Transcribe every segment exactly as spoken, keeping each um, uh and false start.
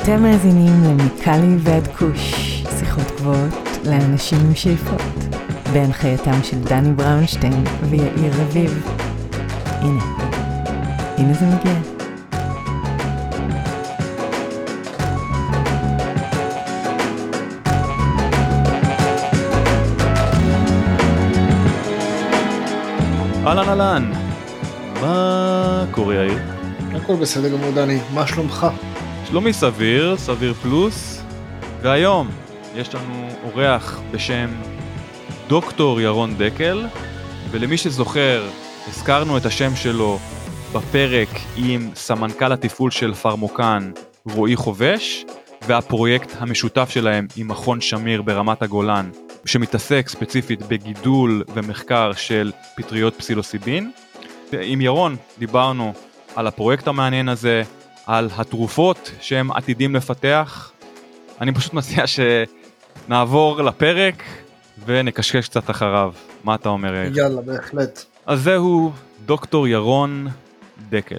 אתם מאזינים למיקלי ועד כוש, שיחות גבוהות לאנשים עם שאיפות, בהנחייתם של דני בראונשטיין ויאיר רביב. הנה, הנה זה מגיע. אהלן אהלן, מה קורה יאיר? הכל בסדר גמור דני, מה שלומך? שלומי סביר, סביר פלוס, והיום יש לנו אורח בשם דוקטור ירון דקל, ולמי שזוכר, הזכרנו את השם שלו בפרק עם סמנכ"ל התפעול של פרמוקן רועי חובש, והפרויקט המשותף שלהם עם מכון שמיר ברמת הגולן, שמתעסק ספציפית בגידול ומחקר של פטריות פסילוסיבין. עם ירון דיברנו על הפרויקט המעניין הזה, על התרופות שהם עתידים לפתח. אני פשוט מציע שנעבור לפרק ונקשקש קצת אחריו. מה אתה אומר? יאללה, בהחלט. אז זהו דוקטור ירון דקל.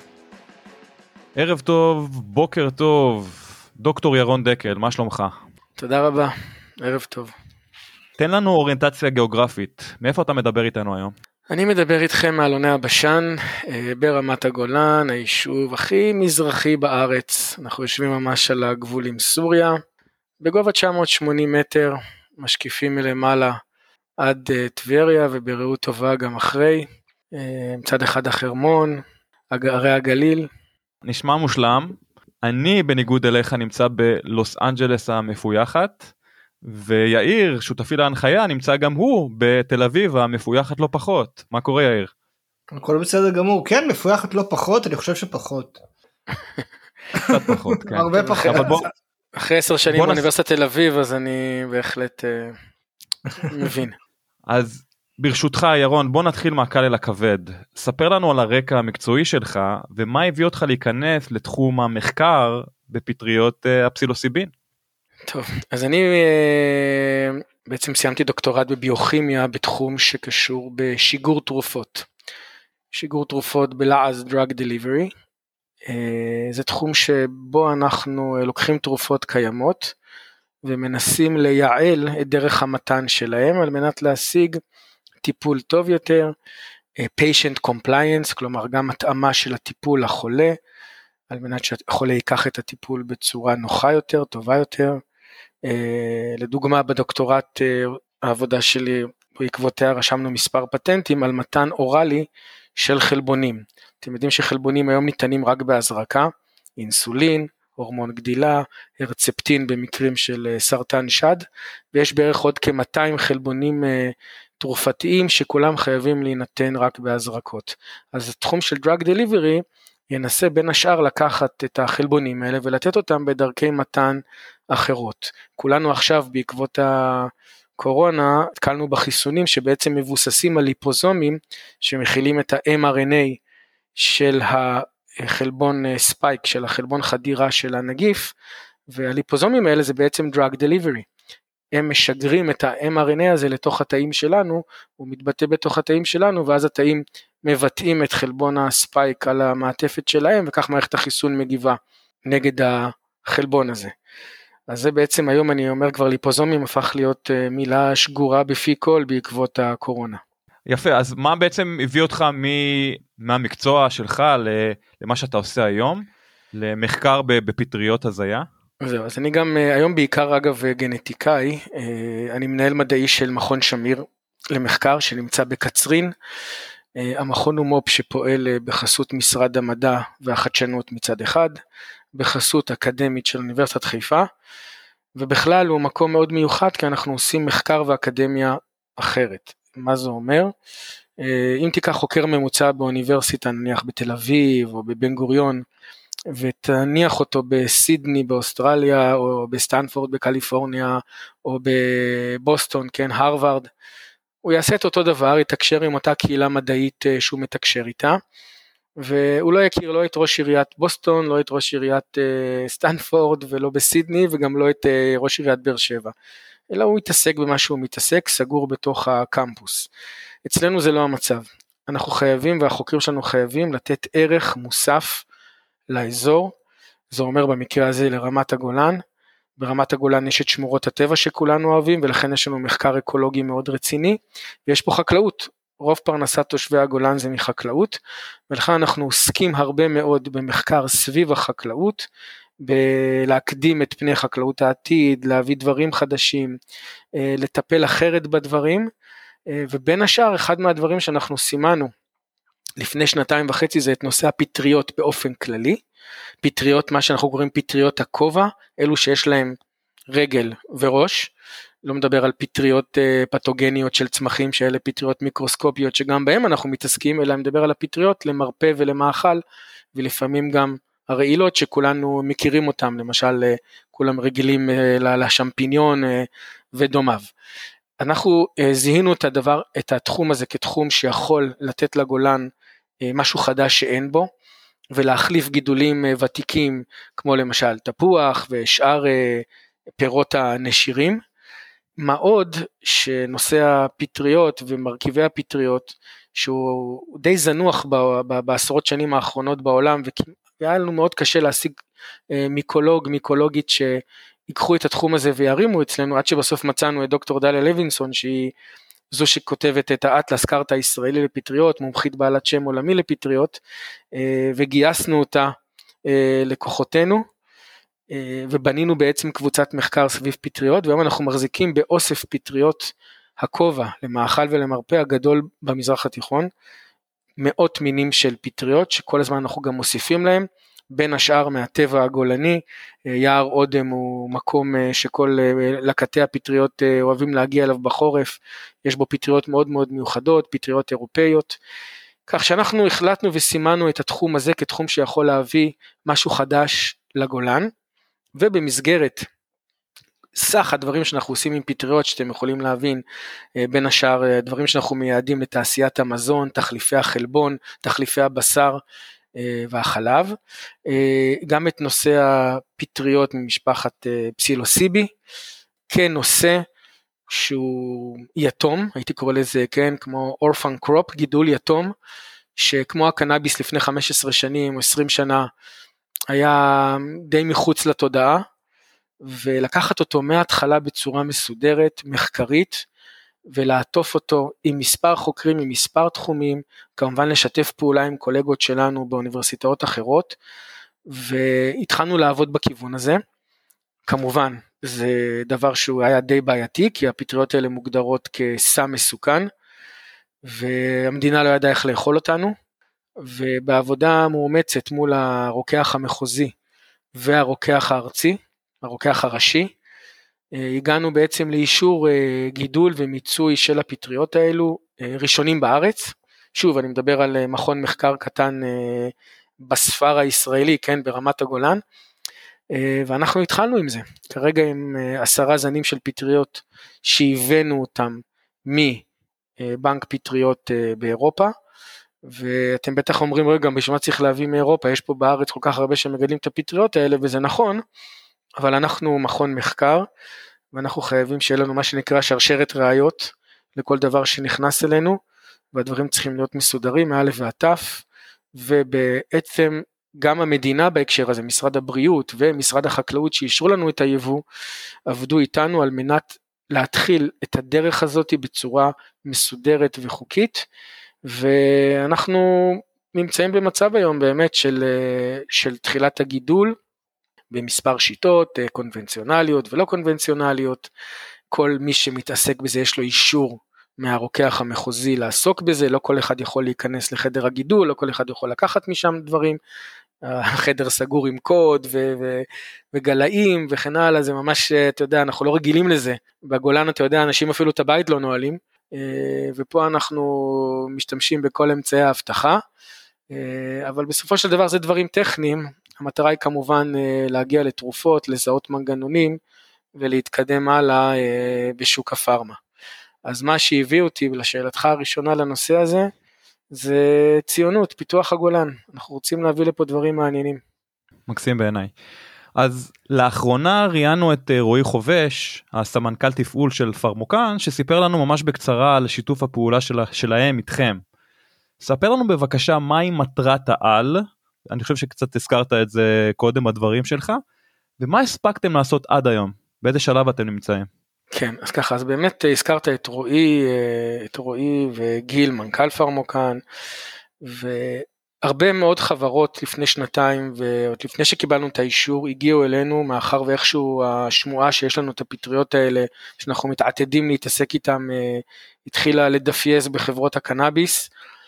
ערב טוב, בוקר טוב, דוקטור ירון דקל, מה שלומך? תודה רבה, ערב טוב. תן לנו אוריינטציה גיאוגרפית, מאיפה אתה מדבר איתנו היום? אני מדבר איתכם מאלוני הבשן, ברמת הגולן, היישוב הכי מזרחי בארץ. אנחנו יושבים ממש על הגבול עם סוריה, בגובה תשע מאות ושמונים מטר, משקיפים מלמעלה עד טבריה, ובראות טובה גם אחרי, מצד אחד החרמון, הרי הגליל. נשמע מושלם. אני בניגוד אליך נמצא בלוס אנג'לס המפויחת, ויאיר, שותפי להנחיה, נמצא גם הוא בתל אביב המפויחת לא פחות. מה קורה יאיר? הכל בסדר גמור, כן, מפויחת לא פחות, אני חושב שפחות. קצת פחות, כן. הרבה פחות. אחרי עשר שנים באוניברסיטת תל אביב, אז אני בהחלט מבין. אז ברשותך ירון, בוא נתחיל מהקל אל הכבד. ספר לנו על הרקע המקצועי שלך, ומה הביא אותך להיכנס לתחום המחקר בפטריות הפסילוסיבין. טוב, אז אני בעצם סיימתי דוקטורט בביוכימיה בתחום שקשור בשיגור תרופות. שיגור תרופות בלעז Drug Delivery. זה תחום שבו אנחנו לוקחים תרופות קיימות ומנסים לייעל את דרך המתן שלהם על מנת להשיג טיפול טוב יותר, patient compliance, כלומר גם התאמה של הטיפול לחולה, על מנת שהחולה ייקח את הטיפול בצורה נוחה יותר, טובה יותר. לדוגמה בדוקטורט העבודה שלי בעקבותיה רשמנו מספר פטנטים על מתן אורלי של חלבונים. אתם יודעים שחלבונים היום ניתנים רק בהזרקה, אינסולין, הורמון גדילה, הרצפטין במקרים של סרטן שד, ויש בערך עוד כ-מאתיים חלבונים תרופתיים שכולם חייבים להינתן רק בהזרקות. אז התחום של Drug Delivery ינסה בין השאר לקחת את החלבונים האלה ולתת אותם בדרכי מתן אחרות. כולנו עכשיו בעקבות הקורונה התקלנו בחיסונים שבעצם מבוססים על ליפוזומים שמכילים את ה-אם אר אן איי של החלבון ספייק, של החלבון חדירה של הנגיף, והליפוזומים האלה זה בעצם Drug Delivery. הם משגרים את ה-אם אר אן איי הזה לתוך התאים שלנו, הוא מתבטא בתוך התאים שלנו, ואז התאים מבטאים את חלבון הספייק על המעטפת שלהם, וכך מערכת החיסון מגיבה נגד החלבון הזה. אז זה בעצם היום אני אומר כבר ליפוזומים הפך להיות מילה שגורה בפי כל בעקבות הקורונה. יפה, אז מה בעצם הביא אותך מהמקצוע שלך למה שאתה עושה היום, למחקר בפטריות הזיה? זהו, אז אני גם היום בעיקר אגב גנטיקאי, אני מנהל מדעי של מכון שמיר למחקר שנמצא בקצרין, המכון הוא מו"פ שפועל בחסות משרד המדע והחדשנות מצד אחד, בחסות אקדמית של אוניברסיטת חיפה, ובכלל הוא מקום מאוד מיוחד כי אנחנו עושים מחקר ואקדמיה אחרת. מה זה אומר? אם תיקח חוקר ממוצע באוניברסיטה, נניח בתל אביב או בבן גוריון, ותניח אותו בסידני באוסטרליה, או בסטנפורד בקליפורניה, או בבוסטון, כן, הרווארד, הוא יעשה את אותו דבר, יתקשר עם אותה קהילה מדעית שהוא מתקשר איתה, והוא לא יכיר לא את ראש עיריית בוסטון, לא את ראש עיריית סטנפורד, ולא בסידני, וגם לא את ראש עיריית באר שבע, אלא הוא מתעסק במה שהוא מתעסק, סגור בתוך הקמפוס. אצלנו זה לא המצב, אנחנו חייבים, והחוקרים שלנו חייבים לתת ערך מוסף לאזור, זה אומר במקרה הזה לרמת הגולן. ברמת הגולן יש את שמורות הטבע שכולנו אוהבים, ולכן יש לנו מחקר אקולוגי מאוד רציני, ויש פה חקלאות. רוב פרנסת תושבי הגולן זה מחקלאות, ולכן אנחנו עוסקים הרבה מאוד במחקר סביב החקלאות, בלהקדים את פני חקלאות העתיד, להביא דברים חדשים, לטפל אחרת בדברים, ובין השאר אחד מהדברים שאנחנו סימנו לפני שנתיים וחצי זה את נושא הפטריות באופן כללי, פטריות מה שאנחנו קוראים פטריות הכובע, אלו שיש להם רגל וראש, לא מדבר על פטריות פתוגניות של צמחים שאלה פטריות מיקרוסקופיות שגם בהם אנחנו מתעסקים, אלא מדבר על הפטריות למרפא ולמאכל, ולפעמים גם הרעילות שכולנו מכירים אותם, למשל כולם רגילים לשמפיניון ודומיו. אנחנו זיהינו את הדבר, את התחום הזה כתחום שיכול לתת לגולן משהו חדש שאין בו, ולהחליף גידולים ותיקים כמו למשל תפוח ושאר פירות הנשירים. מה עוד שנושא הפטריות ומרכיבי הפטריות שהוא די זנוח בעשרות שנים האחרונות בעולם, והיה לנו מאוד קשה להשיג מיקולוג, מיקולוגית שיקחו את התחום הזה וירימו אצלנו, עד שבסוף מצאנו את דוקטור דליה לוינסון, שהיא זו שכותבת את האטלס קארטה הישראלי לפטריות, מומחית בעלת שם עולמי לפטריות, וגייסנו אותה לכוחותינו, ובנינו בעצם קבוצת מחקר סביב פטריות, והיום אנחנו מחזיקים באוסף פטריות הכובע למאכל ולמרפא הגדול במזרח התיכון, מאות מינים של פטריות, שכל הזמן אנחנו גם מוסיפים להם, בין השאר מהטבע הגולני, יער אודם הוא מקום שכל לקטי הפטריות אוהבים להגיע אליו בחורף, יש בו פטריות מאוד מאוד מיוחדות, פטריות אירופאיות, כך שאנחנו החלטנו וסימנו את התחום הזה כתחום שיכול להביא משהו חדש לגולן, ובמסגרת סך הדברים שאנחנו עושים עם פטריות שאתם יכולים להבין, בין השאר דברים שאנחנו מייעדים לתעשיית המזון, תחליפי החלבון, תחליפי הבשר והחלב, גם את נושא הפטריות ממשפחת פסילוסיבי, כנושא שהוא יתום, הייתי קורא לזה כן, כמו אורפן קרופ, גידול יתום, שכמו הקנאביס לפני חמש עשרה שנים או עשרים שנה, היה די מחוץ לתודעה, ולקחת אותו מההתחלה בצורה מסודרת, מחקרית, ולעטוף אותו עם מספר חוקרים, עם מספר תחומים, כמובן לשתף פעולה עם קולגות שלנו באוניברסיטאות אחרות, והתחלנו לעבוד בכיוון הזה. כמובן, זה דבר שהוא היה די בעייתי, כי הפטריות האלה מוגדרות כסם מסוכן, והמדינה לא ידעה איך לאכול אותנו, ובעבודה מאומצת מול הרוקח המחוזי והרוקח הארצי, הרוקח הראשי, הגענו בעצם לאישור גידול ומיצוי של הפטריות האלו, ראשונים בארץ. שוב, אני מדבר על מכון מחקר קטן בספר הישראלי, כן, ברמת הגולן, ואנחנו התחלנו עם זה. כרגע עם עשרה זנים של פטריות שהבאנו אותם מבנק פטריות באירופה, ואתם בטח אומרים, רגע, בשביל מה צריך להביא מאירופה? יש פה בארץ כל כך הרבה שמגדלים את הפטריות האלה, וזה נכון, אבל אנחנו מכון מחקר, ואנחנו חייבים שיהיה לנו מה שנקרא שרשרת ראיות, לכל דבר שנכנס אלינו, והדברים צריכים להיות מסודרים, מאלף ועד תף, ובעצם גם המדינה בהקשר הזה, משרד הבריאות ומשרד החקלאות שאישרו לנו את היבוא, עבדו איתנו על מנת להתחיל את הדרך הזאת בצורה מסודרת וחוקית, ואנחנו נמצאים במצב היום באמת של, של תחילת הגידול, במספר שיטות קונבנציונליות ולא קונבנציונליות, כל מי שמתעסק בזה יש לו אישור מהרוקח המחוזי לעסוק בזה, לא כל אחד יכול להיכנס לחדר הגידול, לא כל אחד יכול לקחת משם דברים, החדר סגור עם קוד ו- ו- וגלאים וכן הלאה, זה ממש, אתה יודע, אנחנו לא רגילים לזה, בגולן אתה יודע, אנשים אפילו את הבית לא נועלים, ופה אנחנו משתמשים בכל אמצעי ההבטחה, אבל בסופו של דבר זה דברים טכניים, המטרה היא כמובן להגיע לתרופות, לזהות מנגנונים, ולהתקדם הלאה בשוק הפארמה. אז מה שהביא אותי לשאלתך הראשונה לנושא הזה, זה ציונות, פיתוח הגולן. אנחנו רוצים להביא לפה דברים מעניינים. מקסים בעיניי. אז לאחרונה ראיינו את רועי חובש, הסמנכ"ל תפעול של פרמוקן, שסיפר לנו ממש בקצרה על שיתוף הפעולה שלה, שלהם איתכם. ספר לנו בבקשה מהי מטרת העל, אני חושב שקצת הזכרת את זה קודם בדברים שלך, ומה הספקתם לעשות עד היום? באיזה שלב אתם נמצאים? כן, אז ככה, אז באמת הזכרת את רועי, את רועי וגיל, מנכ"ל פארמוקן, והרבה מאוד חברות לפני שנתיים, ועוד לפני שקיבלנו את האישור, הגיעו אלינו, מאחר ואיכשהו השמועה שיש לנו את הפטריות האלה, שאנחנו מתעתדים להתעסק איתם, התחילה לדפייז בחברות הקנאביס,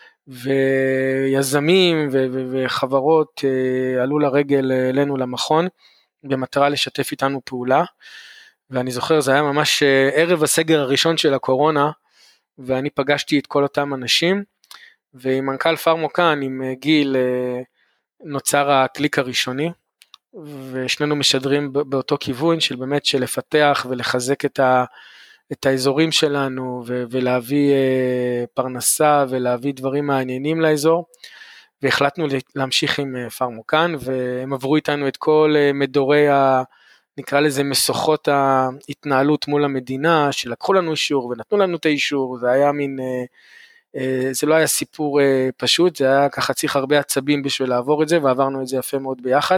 ויזמים וחברות עלו לרגל אלינו למכון, במטרה לשתף איתנו פעולה, ואני זוכר זה היה ממש ערב הסגר הראשון של הקורונה, ואני פגשתי את כל אותם אנשים, ועם מנכ"ל פארמוקן, עם גיל, נוצר הקליק הראשוני, ושנינו משדרים באותו כיוון, של באמת של לפתח ולחזק את ה... את האזורים שלנו, ו- ולהביא uh, פרנסה, ולהביא דברים מעניינים לאזור, והחלטנו להמשיך עם uh, פארמוקן, והם עברו איתנו את כל uh, מדורי, ה- נקרא לזה משוכות ההתנהלות מול המדינה, שלקחו לנו אישור, ונתנו לנו את האישור, זה היה מין, uh, uh, זה לא היה סיפור uh, פשוט, זה היה ככה צריך הרבה עצבים בשביל לעבור את זה, ועברנו את זה יפה מאוד ביחד,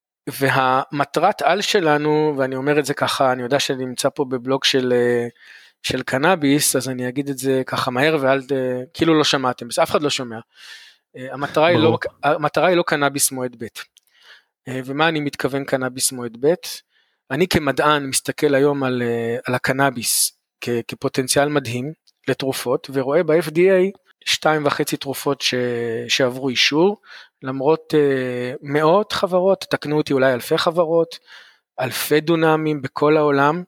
והמטרת על שלנו, ואני אומר את זה ככה, אני יודע שאני נמצא פה בבלוג של, של קנאביס, אז אני אגיד את זה ככה מהר, ואל, כאילו לא שמעתם, אף אחד לא שומע. המטרה היא לא, המטרה היא לא קנאביס מועד ב'. ומה אני מתכוון קנאביס מועד ב'? אני כמדען מסתכל היום על, על הקנאביס כ, כפוטנציאל מדהים לתרופות, ורואה ב-אף די איי שתיים וחצי תרופות ש, שעברו אישור, למרות uh, מאות חברות, תקנו אותי אולי אלפי חברות, אלפי דונמים בכל העולם,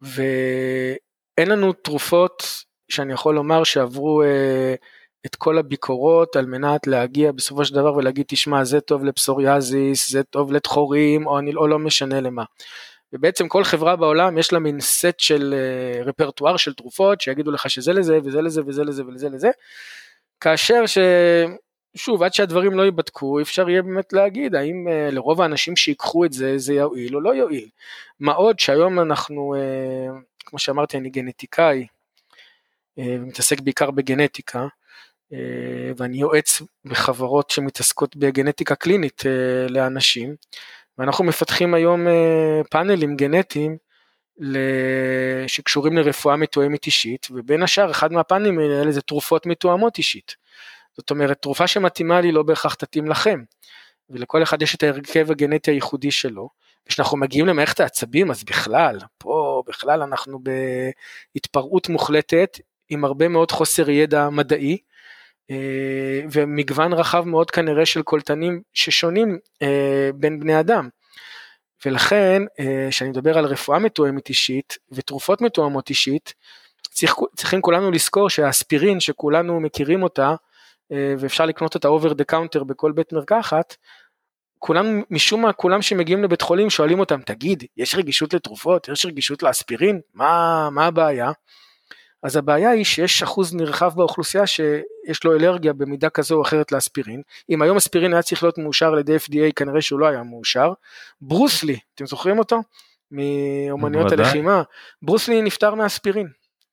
ואין לנו תרופות שאני יכול לומר שעברו uh, את כל הביקורות, על מנת להגיע בסופו של דבר ולהגיד, תשמע, זה טוב לפסוריאזיס, זה טוב לתחורים, או, אני, או לא משנה למה. ובעצם כל חברה בעולם יש לה מין סט של uh, רפרטואר של תרופות, שיגידו לך שזה לזה, וזה לזה, וזה לזה, וזה לזה, כאשר ש... שוב, עד שהדברים לא ייבדקו, אפשר יהיה באמת להגיד, האם uh, לרוב האנשים שיקחו את זה, זה יועיל או לא יועיל. מה עוד שהיום אנחנו, uh, כמו שאמרתי, אני גנטיקאי, uh, ומתעסק בעיקר בגנטיקה, uh, ואני יועץ בחברות שמתעסקות בגנטיקה קלינית uh, לאנשים, ואנחנו מפתחים היום uh, פאנלים גנטיים, שקשורים לרפואה מתואמת אישית, ובין השאר אחד מהפאנלים האלה זה תרופות מתואמות אישית. זאת אומרת, תרופה שמתאימה לי לא בהכרח תתאים לכם, ולכל אחד יש את ההרכב הגנטי הייחודי שלו, כשאנחנו מגיעים למערכת העצבים, אז בכלל, פה בכלל אנחנו בהתפרעות מוחלטת, עם הרבה מאוד חוסר ידע מדעי, ומגוון רחב מאוד כנראה של קולטנים ששונים בין בני אדם, ולכן, כשאני מדבר על רפואה מתואמת אישית, ותרופות מתואמות אישית, צריך, צריכים כולנו לזכור שהאספירין שכולנו מכירים אותה, ואפשר לקנות אותה over the counter בכל בית מרקחת, כולם, משום מה, כולם שמגיעים לבית חולים שואלים אותם, תגיד, יש רגישות לתרופות, יש רגישות לאספירין, מה, מה הבעיה? אז הבעיה היא שיש אחוז נרחב באוכלוסייה שיש לו אלרגיה במידה כזו או אחרת לאספירין. אם היום אספירין היה צריך להיות מאושר לידי אף די איי, כנראה שהוא לא היה מאושר. ברוסלי, אתם זוכרים אותו? מאומנויות הלחימה. ברוסלי נפטר מאספירין.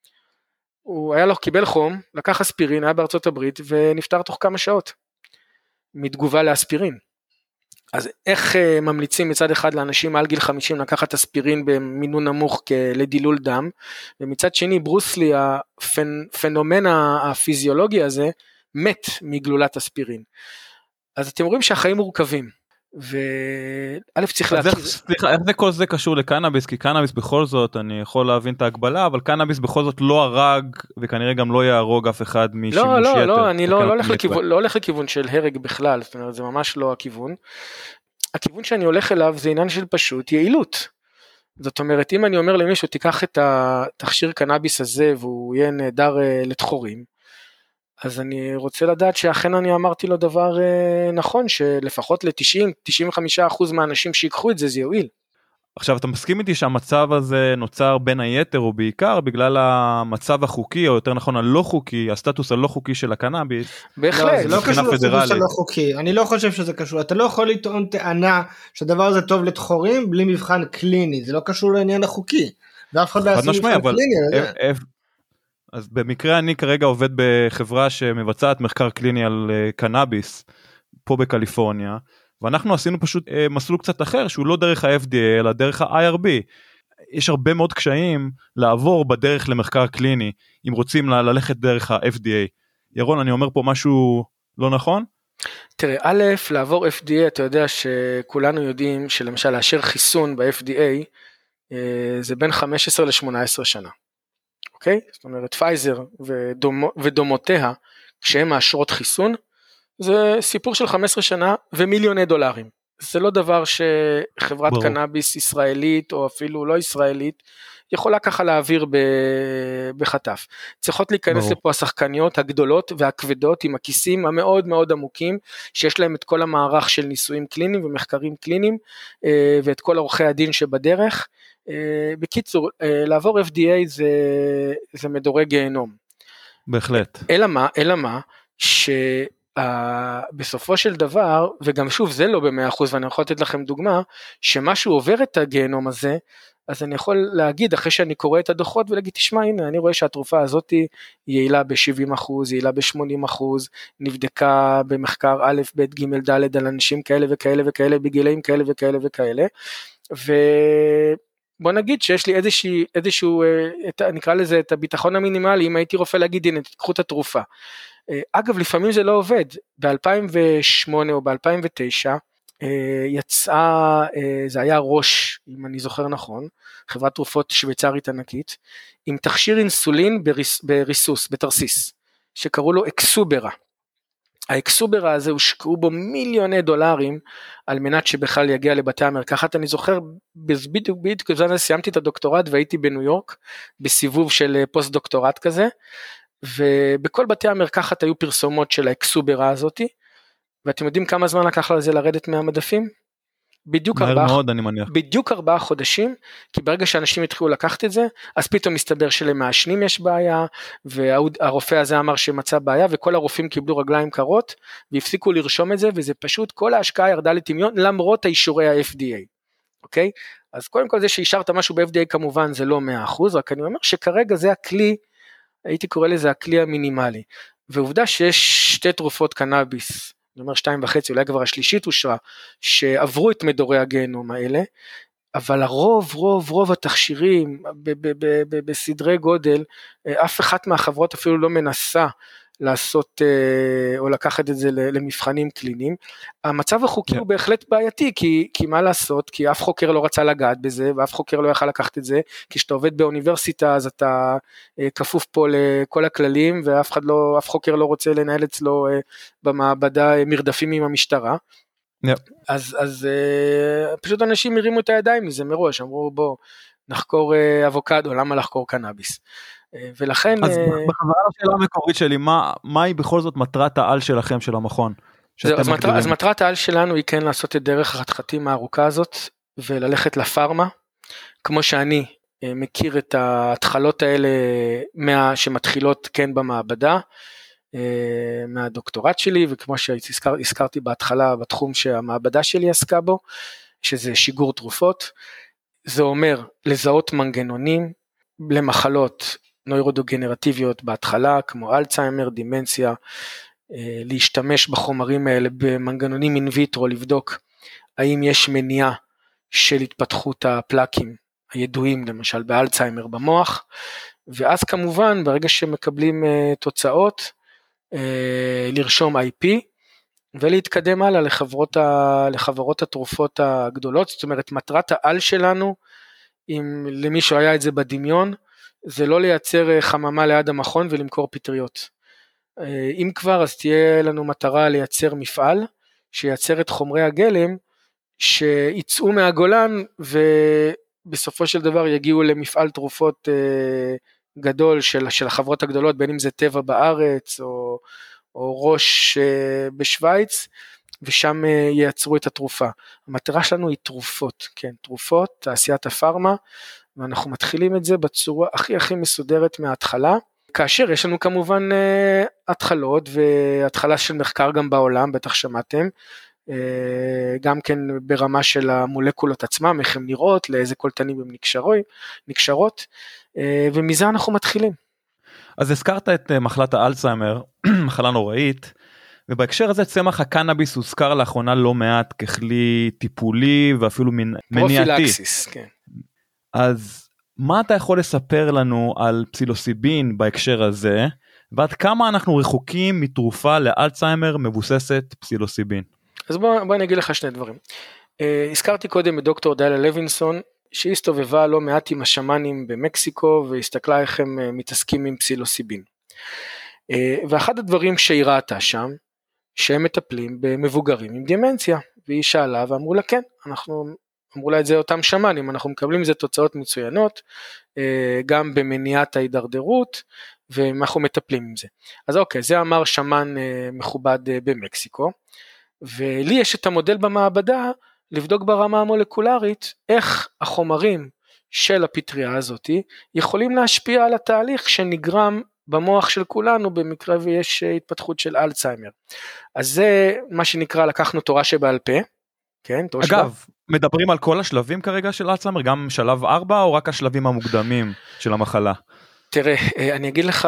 הוא היה לו, קיבל חום, לקח אספירין, היה בארצות הברית, ונפטר תוך כמה שעות. מתגובה לאספירין. אז איך uh, ממליצים מצד אחד לאנשים מעל גיל חמישים לקחת אספירין במינון נמוך לדילול דם, ומצד שני ברוסלי, הפנומן הפיזיולוגי הזה, מת מגלולת אספירין. אז אתם רואים שהחיים מורכבים, וא' צריך להכיר. סליחה, איך זה כל זה קשור לקנאביס? כי קנאביס בכל זאת, אני יכול להבין את ההגבלה, אבל קנאביס בכל זאת לא הרג, וכנראה גם לא יהרוג אף אחד משימוש לא, יתר. לא, לא, אני לא, לא, הולך לכיוון, לא הולך לכיוון של הרג בכלל, זאת אומרת, זה ממש לא הכיוון. הכיוון שאני הולך אליו זה עניין של פשוט יעילות. זאת אומרת, אם אני אומר למישהו, תיקח את התכשיר קנאביס הזה, והוא יהיה נהדר לתחורים, אז אני רוצה לדעת שאכן אני אמרתי לו דבר נכון, שלפחות ל-תשעים עד תשעים וחמישה אחוז מהאנשים שיקחו את זה, זה יועיל. עכשיו, אתה מסכים איתי שהמצב הזה נוצר בין היתר, או בעיקר בגלל המצב החוקי, או יותר נכון הלא חוקי, הסטטוס הלא חוקי של הקנאביס? בהחלט. זה לא קשור לסטטוס הלא חוקי, אני לא חושב שזה קשור, אתה לא יכול לטעון טענה שהדבר הזה טוב לתחורים, בלי מבחן קליני, זה לא קשור לעניין החוקי, ואף אחד לא יעשה מבחן קליני. אז במקרה אני כרגע עובד בחברה שמבצעת מחקר קליני על קנאביס, פה בקליפורניה, ואנחנו עשינו פשוט אה, מסלול קצת אחר, שהוא לא דרך ה-אף די איי, אלא דרך ה-איי אר בי. יש הרבה מאוד קשיים לעבור בדרך למחקר קליני, אם רוצים ל- ללכת דרך ה-אף די איי. ירון, אני אומר פה משהו לא נכון? תראה, א', לעבור אף די איי, אתה יודע שכולנו יודעים שלמשל לאשר חיסון ב-אף די איי, זה בין חמש עשרה ל-שמונה עשרה שנה. אוקיי? זאת אומרת, פייזר ודומו, ודומותיה, כשהם מאשרות חיסון, זה סיפור של חמש עשרה שנה ומיליוני דולרים. זה לא דבר שחברת ברור. קנאביס ישראלית, או אפילו לא ישראלית, יכולה ככה להעביר בחטף. צריכות להיכנס ברור. לפה השחקניות הגדולות והכבדות, עם הכיסים המאוד מאוד עמוקים, שיש להם את כל המערך של ניסויים קליניים ומחקרים קליניים, ואת כל עורכי הדין שבדרך. בקיצור, לעבור אף די איי זה, זה מדורג גיהנום. בהחלט. אלא מה, אלא מה, ש... Uh, בסופו של דבר, וגם שוב זה לא ב-מאה אחוז, ואני יכול לתת לכם דוגמה, שמשהו עובר את הגיהנום הזה, אז אני יכול להגיד, אחרי שאני קורא את הדוחות, ולהגיד, תשמע, הנה, אני רואה שהתרופה הזאת היא יעילה ב-שבעים אחוז, יעילה ב-שמונים אחוז, נבדקה במחקר א', ב', ג', ד', על אנשים כאלה וכאלה וכאלה, בגילאים כאלה וכאלה וכאלה, ובוא נגיד שיש לי איזשהו, איזשהו, נקרא לזה את הביטחון המינימלי, אם הייתי רופא להגיד, הנה, תקחו את התרופה. אגב, לפעמים זה לא עובד. ב-אלפיים ושמונה או ב-אלפיים ותשע יצאה, זה היה ראש, אם אני זוכר נכון, חברת תרופות שוויצרית ענקית, עם תכשיר אינסולין בריס, בריסוס, בתרסיס, שקראו לו אקסוברה. האקסוברה הזה הושקעו בו מיליוני דולרים, על מנת שבכלל יגיע לבתי המרקחת. אני זוכר, בדיוק בדיוק בזמן סיימתי את הדוקטורט, והייתי בניו יורק, בסיבוב של פוסט דוקטורט כזה, ובכל בתי המרקחת היו פרסומות של האקסוברה הזאת, ואתם יודעים כמה זמן לקח לזה לרדת מהמדפים? בדיוק ארבעה, מאוד, אני מניח. בדיוק ארבעה חודשים, כי ברגע שאנשים התחילו לקחת את זה, אז פתאום מסתבר שלמעשנים יש בעיה, והרופא הזה אמר שמצא בעיה, וכל הרופאים קיבלו רגליים קרות, והפסיקו לרשום את זה, וזה פשוט, כל ההשקעה ירדה לטמיון, למרות האישורי ה-אף די איי, אוקיי? אז קודם כל זה שאישרת משהו ב-אף די איי כמובן, זה לא מאה אחוז, רק אני אומר שכרגע זה הכלי, הייתי קורא לזה הכלי המינימלי, ועובדה שיש שתי תרופות קנאביס, אני אומר שתיים וחצי, אולי כבר השלישית אושרה, שעברו את מדורי הגיהנום האלה, אבל הרוב, רוב, רוב התכשירים, בסדרי גודל, אף אחת מהחברות אפילו לא מנסה, לעשות או לקחת את זה למבחנים קליניים. המצב החוקי yeah. הוא בהחלט בעייתי, כי, כי מה לעשות, כי אף חוקר לא רצה לגעת בזה, ואף חוקר לא יכל לקחת את זה, כי כשאתה עובד באוניברסיטה, אז אתה כפוף פה לכל הכללים, ואף אחד לא, אף חוקר לא רוצה לנהל אצלו במעבדה מרדפים עם המשטרה. Yeah. אז, אז פשוט אנשים הרימו את הידיים מזה מראש, אמרו בוא נחקור אבוקדו, למה לחקור קנאביס? ולכן... אז בחברה השאלה המקורית שלי, מה, מה היא בכל זאת מטרת העל שלכם, של המכון? זה, אז, מטר, אז מטרת העל שלנו היא כן לעשות את דרך החתחתים הארוכה הזאת, וללכת לפארמה, כמו שאני מכיר את ההתחלות האלה, מה, שמתחילות כן במעבדה, מהדוקטורט שלי, וכמו שהזכרתי בהתחלה, בתחום שהמעבדה שלי עסקה בו, שזה שיגור תרופות, זה אומר לזהות מנגנונים, למחלות נוירודגנרטיביות בהתחלה, כמו אלצהיימר, דימנציה, להשתמש בחומרים האלה במנגנונים אין ויטרו, לבדוק האם יש מניעה של התפתחות הפלקים הידועים, למשל באלצהיימר במוח, ואז כמובן ברגע שמקבלים תוצאות, לרשום איי פי, ולהתקדם הלאה לחברות, ה, לחברות התרופות הגדולות. זאת אומרת, מטרת העל שלנו, אם למישהו היה את זה בדמיון, זה לא לייצר חממה ליד המכון ולמכור פטריות. אם כבר, אז תהיה לנו מטרה לייצר מפעל, שייצר את חומרי הגלם, שיצאו מהגולן, ובסופו של דבר יגיעו למפעל תרופות גדול של, של החברות הגדולות, בין אם זה טבע בארץ, או, או ראש בשוויץ, ושם ייצרו את התרופה. המטרה שלנו היא תרופות, כן, תרופות, תעשיית הפארמה, ואנחנו מתחילים את זה בצורה הכי הכי מסודרת מההתחלה, כאשר יש לנו כמובן התחלות, והתחלה של מחקר גם בעולם, בטח שמעתם, גם כן ברמה של המולקולות עצמם, איך הן נראות, לאיזה קולטנים הן נקשרות, ומזה אנחנו מתחילים. אז הזכרת את מחלת האלצהיימר, מחלה נוראית, ובהקשר הזה צמח הקנאביס הוזכר לאחרונה לא מעט ככלי טיפולי ואפילו מניעתי. פרופילקסיס, כן. אז מה אתה יכול לספר לנו על פסילוסיבין בהקשר הזה, ועד כמה אנחנו רחוקים מתרופה לאלצהיימר מבוססת פסילוסיבין? אז בוא, בוא אני אגיד לך שני דברים. Uh, הזכרתי קודם את דוקטור דיילה לוינסון, שהיא הסתובבה לא מעט עם השמנים במקסיקו, והסתכלה איך הם uh, מתעסקים עם פסילוסיבין. Uh, ואחד הדברים שהיא ראתה שם, שהם מטפלים במבוגרים עם דמנציה, והיא שאלה ואמרו לה כן, אנחנו, אמרו לה את זה אותם שמנים, אנחנו מקבלים מזה תוצאות מצוינות, uh, גם במניעת ההידרדרות, ואנחנו מטפלים עם זה. אז אוקיי, זה אמר שמן uh, מכובד uh, במקסיקו, ולי יש את המודל במעבדה, לבדוק ברמה המולקולרית, איך החומרים של הפטריה הזאת, יכולים להשפיע על התהליך שנגרם במוח של כולנו, במקרה ויש התפתחות של אלצהיימר. אז זה מה שנקרא, לקחנו תורה שבעל פה, כן? אגב, שבא... מדברים על כל השלבים כרגע של אלצהיימר, גם שלב ארבע, או רק השלבים המוקדמים של המחלה? תראה, אני אגיד לך,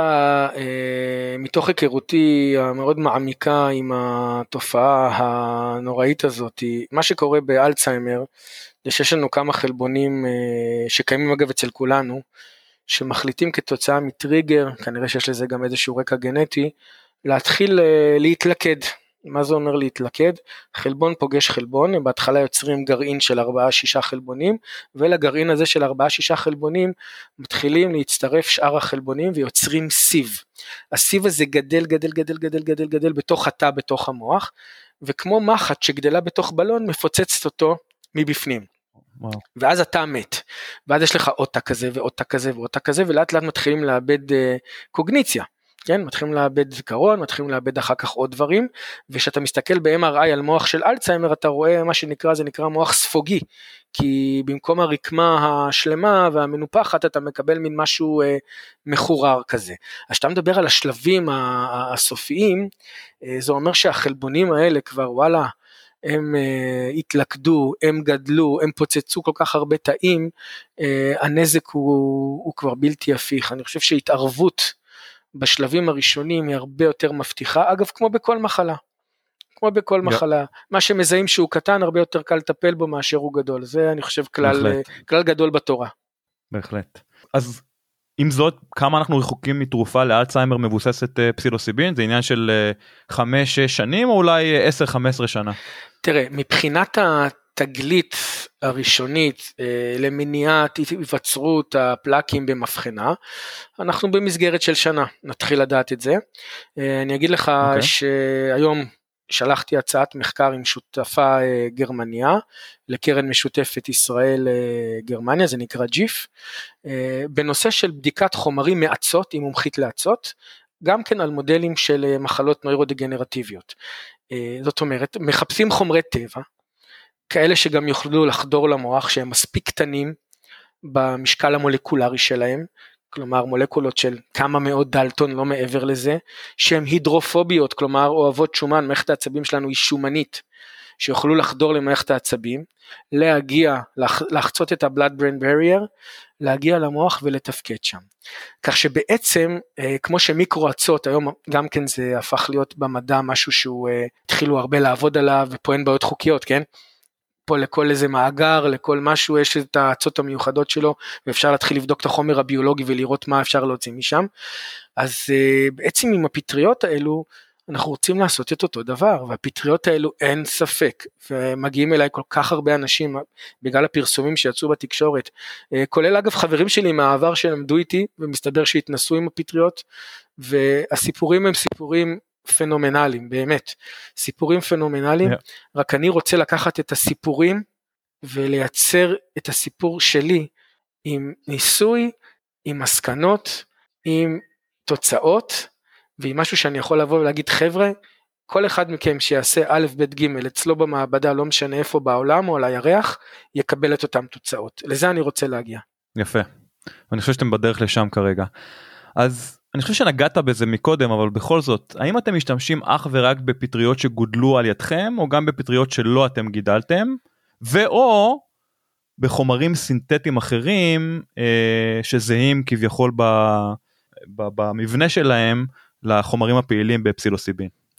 מתוך היכרותי המאוד מעמיקה עם התופעה הנוראית הזאת, מה שקורה באלצהיימר, זה שיש לנו כמה חלבונים שקיימים אגב אצל כולנו, שמחליטים כתוצאה מטריגר, כנראה שיש לזה גם איזשהו רקע גנטי, להתחיל להתלכד. מה זה אומר להתלכד? חלבון פוגש חלבון, בהתחלה יוצרים גרעין של ארבעה שישה חלבונים, ולגרעין הזה של ארבעה שישה חלבונים, מתחילים להצטרף שאר החלבונים, ויוצרים סיב. הסיב הזה גדל, גדל, גדל, גדל, גדל, גדל, בתוך התא, בתוך המוח, וכמו מחט שגדלה בתוך בלון, מפוצצת אותו מבפנים. וואו. ואז אתה מת, ואז יש לך עוד תא כזה, ועוד תא כזה, ועוד תא כזה, ולאט לאט מתחילים לאבד uh, קוגניציה. כן, מתחילים לאבד זיכרון, מתחילים לאבד אחר כך עוד דברים, ושאתה מסתכל ב-אם אר איי על מוח של אלצהיימר, אתה רואה מה שנקרא, זה נקרא מוח ספוגי, כי במקום הרקמה השלמה והמנופחת, אתה מקבל מין משהו אה, מחורר כזה. אז שאתה מדבר על השלבים הסופיים, אה, זה אומר שהחלבונים האלה כבר וואלה, הם uh, התלכדו, הם גדלו, הם פוצצו כל כך הרבה תאים, uh, הנזק הוא, הוא כבר בלתי הפיך. אני חושב שהתערבות בשלבים הראשונים היא הרבה יותר מבטיחה, אגב כמו בכל מחלה, כמו בכל yeah. מחלה, מה שמזהים שהוא קטן הרבה יותר קל לטפל בו מאשר הוא גדול, זה אני חושב כלל, כלל גדול בתורה. בהחלט. אז עם זאת, כמה אנחנו רחוקים מתרופה לאלצהיימר מבוססת פסילוסיבין? זה עניין של חמש שש שנים או אולי עשר חמש עשרה שנה? תראה, מבחינת התגלית הראשונית למניעת היווצרות הפלקים במבחנה, אנחנו במסגרת של שנה, נתחיל לדעת את זה. אני אגיד לך okay. שהיום שלחתי הצעת מחקר עם שותפה גרמניה, לקרן משותפת ישראל גרמניה, זה נקרא ג'יף, בנושא של בדיקת חומרים מעצות, עם מומחית לעצות, גם כן על מודלים של מחלות נוירודגנרטיביות. זאת אומרת, מחפשים חומרי טבע, כאלה שגם יוכלו לחדור למוח, שהם מספיק קטנים במשקל המולקולרי שלהם, כלומר מולקולות של כמה מאות דלטון, לא מעבר לזה, שהן הידרופוביות, כלומר אוהבות שומן, מערכת העצבים שלנו היא שומנית, שיוכלו לחדור למערכת העצבים, להגיע, לח, לחצות את ה-blood brain barrier, להגיע למוח ולתפקד שם. כך שבעצם, אה, כמו שמיקרואצות, היום גם כן זה הפך להיות במדע משהו שהוא, אה, התחילו הרבה לעבוד עליו, ופה אין בעיות חוקיות, כן? פה לכל איזה מאגר, לכל משהו, יש את העצות המיוחדות שלו, ואפשר להתחיל לבדוק את החומר הביולוגי, ולראות מה אפשר להוציא משם. אז אה, בעצם עם הפטריות האלו, אנחנו רוצים לעשות את אותו דבר, והפטריות האלו אין ספק, ומגיעים אליי כל כך הרבה אנשים, בגלל הפרסומים שיצאו בתקשורת, כולל אגב חברים שלי מהעבר שלמדו איתי, ומסתבר שהתנסו עם הפטריות, והסיפורים הם סיפורים פנומנליים, באמת, סיפורים פנומנליים, yeah. רק אני רוצה לקחת את הסיפורים, ולייצר את הסיפור שלי, עם ניסוי, עם מסקנות, עם תוצאות, ועם משהו שאני יכול לבוא ולהגיד, חבר'ה, כל אחד מכם שיעשה א' ב' ג' אצלו במעבדה, לא משנה איפה בעולם או על הירח, יקבל את אותם תוצאות. לזה אני רוצה להגיע. יפה. ואני חושב שאתם בדרך לשם כרגע. אז אני חושב שנגעת בזה מקודם, אבל בכל זאת, האם אתם משתמשים אך ורק בפטריות שגודלו על ידכם, או גם בפטריות שלא אתם גידלתם, ואו בחומרים סינתטיים אחרים, אה, שזהים כביכול ב, ב, במבנה שלהם, לחומרים הפעילים בפסילוסיבין?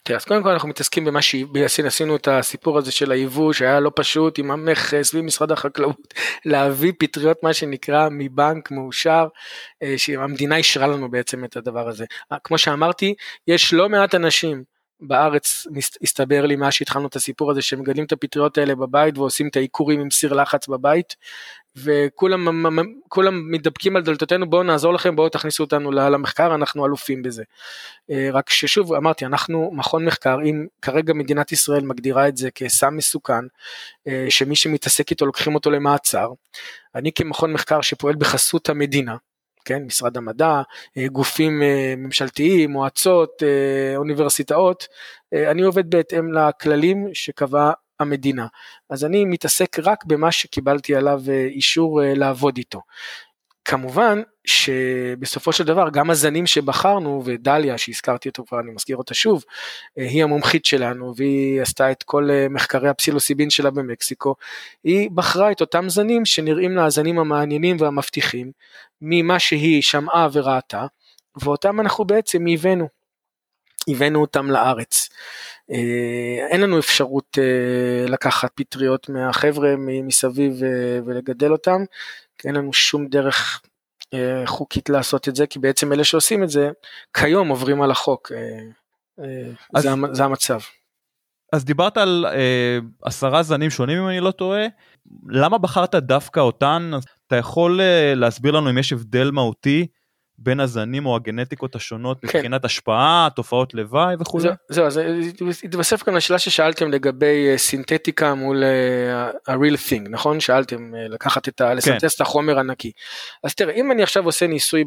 אז קודם כל אנחנו מתעסקים במה שעשינו את הסיפור הזה של היבוא שהיה לא פשוט עם המכס ומשרד החקלאות להביא פטריות מה שנקרא מבנק מאושר שהמדינה אישרה לנו בעצם את הדבר הזה. כמו שאמרתי יש לא מעט אנשים בארץ הסתבר לי מה שהתחלנו את הסיפור הזה שמגדלים את הפטריות האלה בבית ועושים את העיקורים עם סיר לחץ בבית וכולם כולם מתדפקים על דלתותינו בואו נעזור לכם בואו תכניסו אותנו למחקר אנחנו אלופים בזה. רק ששוב אמרתי אנחנו מכון מחקר אם כרגע מדינת ישראל מגדירה את זה כסם מסוכן שמי שמתעסק איתו לוקחים אותו למעצר אני כמכון מחקר שפועל בחסות המדינה כן, משרד המדע, גופים ממשלתיים, מועצות, אוניברסיטאות, אני עובד בהתאם לכללים שקבעה המדינה, אז אני מתעסק רק במה שקיבלתי עליו אישור לעבוד איתו. כמובן שבסופו של דבר גם הזנים שבחרנו ודליה שהזכרתי אותו כבר אני מזכיר אותה שוב היא המומחית שלנו והיא עשתה את כל מחקרי הפסילוסיבין שלה במקסיקו היא בחרה את אותם זנים שנראים לה הזנים המעניינים והמבטיחים ממה שהיא שמעה וראתה ואותם אנחנו בעצם הבאנו הבאנו אותם לארץ אין לנו אפשרות לקחת פטריות מהחבר'ה מסביב ולגדל אותם אין לנו שום דרך אה, חוקית לעשות את זה, כי בעצם אלה שעושים את זה, כיום עוברים על החוק, אה, אה, אז, זה, זה המצב. אז דיברת על אה, עשרה זנים שונים אם אני לא טועה, למה בחרת דווקא אותן? אתה יכול אה, להסביר לנו אם יש הבדל מהותי, בין הזנים או הגנטיקות השונות, כן. מבחינת השפעה, תופעות לוואי וכו'. זהו, זהו, אז התווסף כאן השאלה ששאלתם לגבי סינתטיקה מול ה-real thing, נכון? שאלתם לקחת את ה... לסנטס את החומר הנקי. אז תראה, אם אני עכשיו עושה ניסוי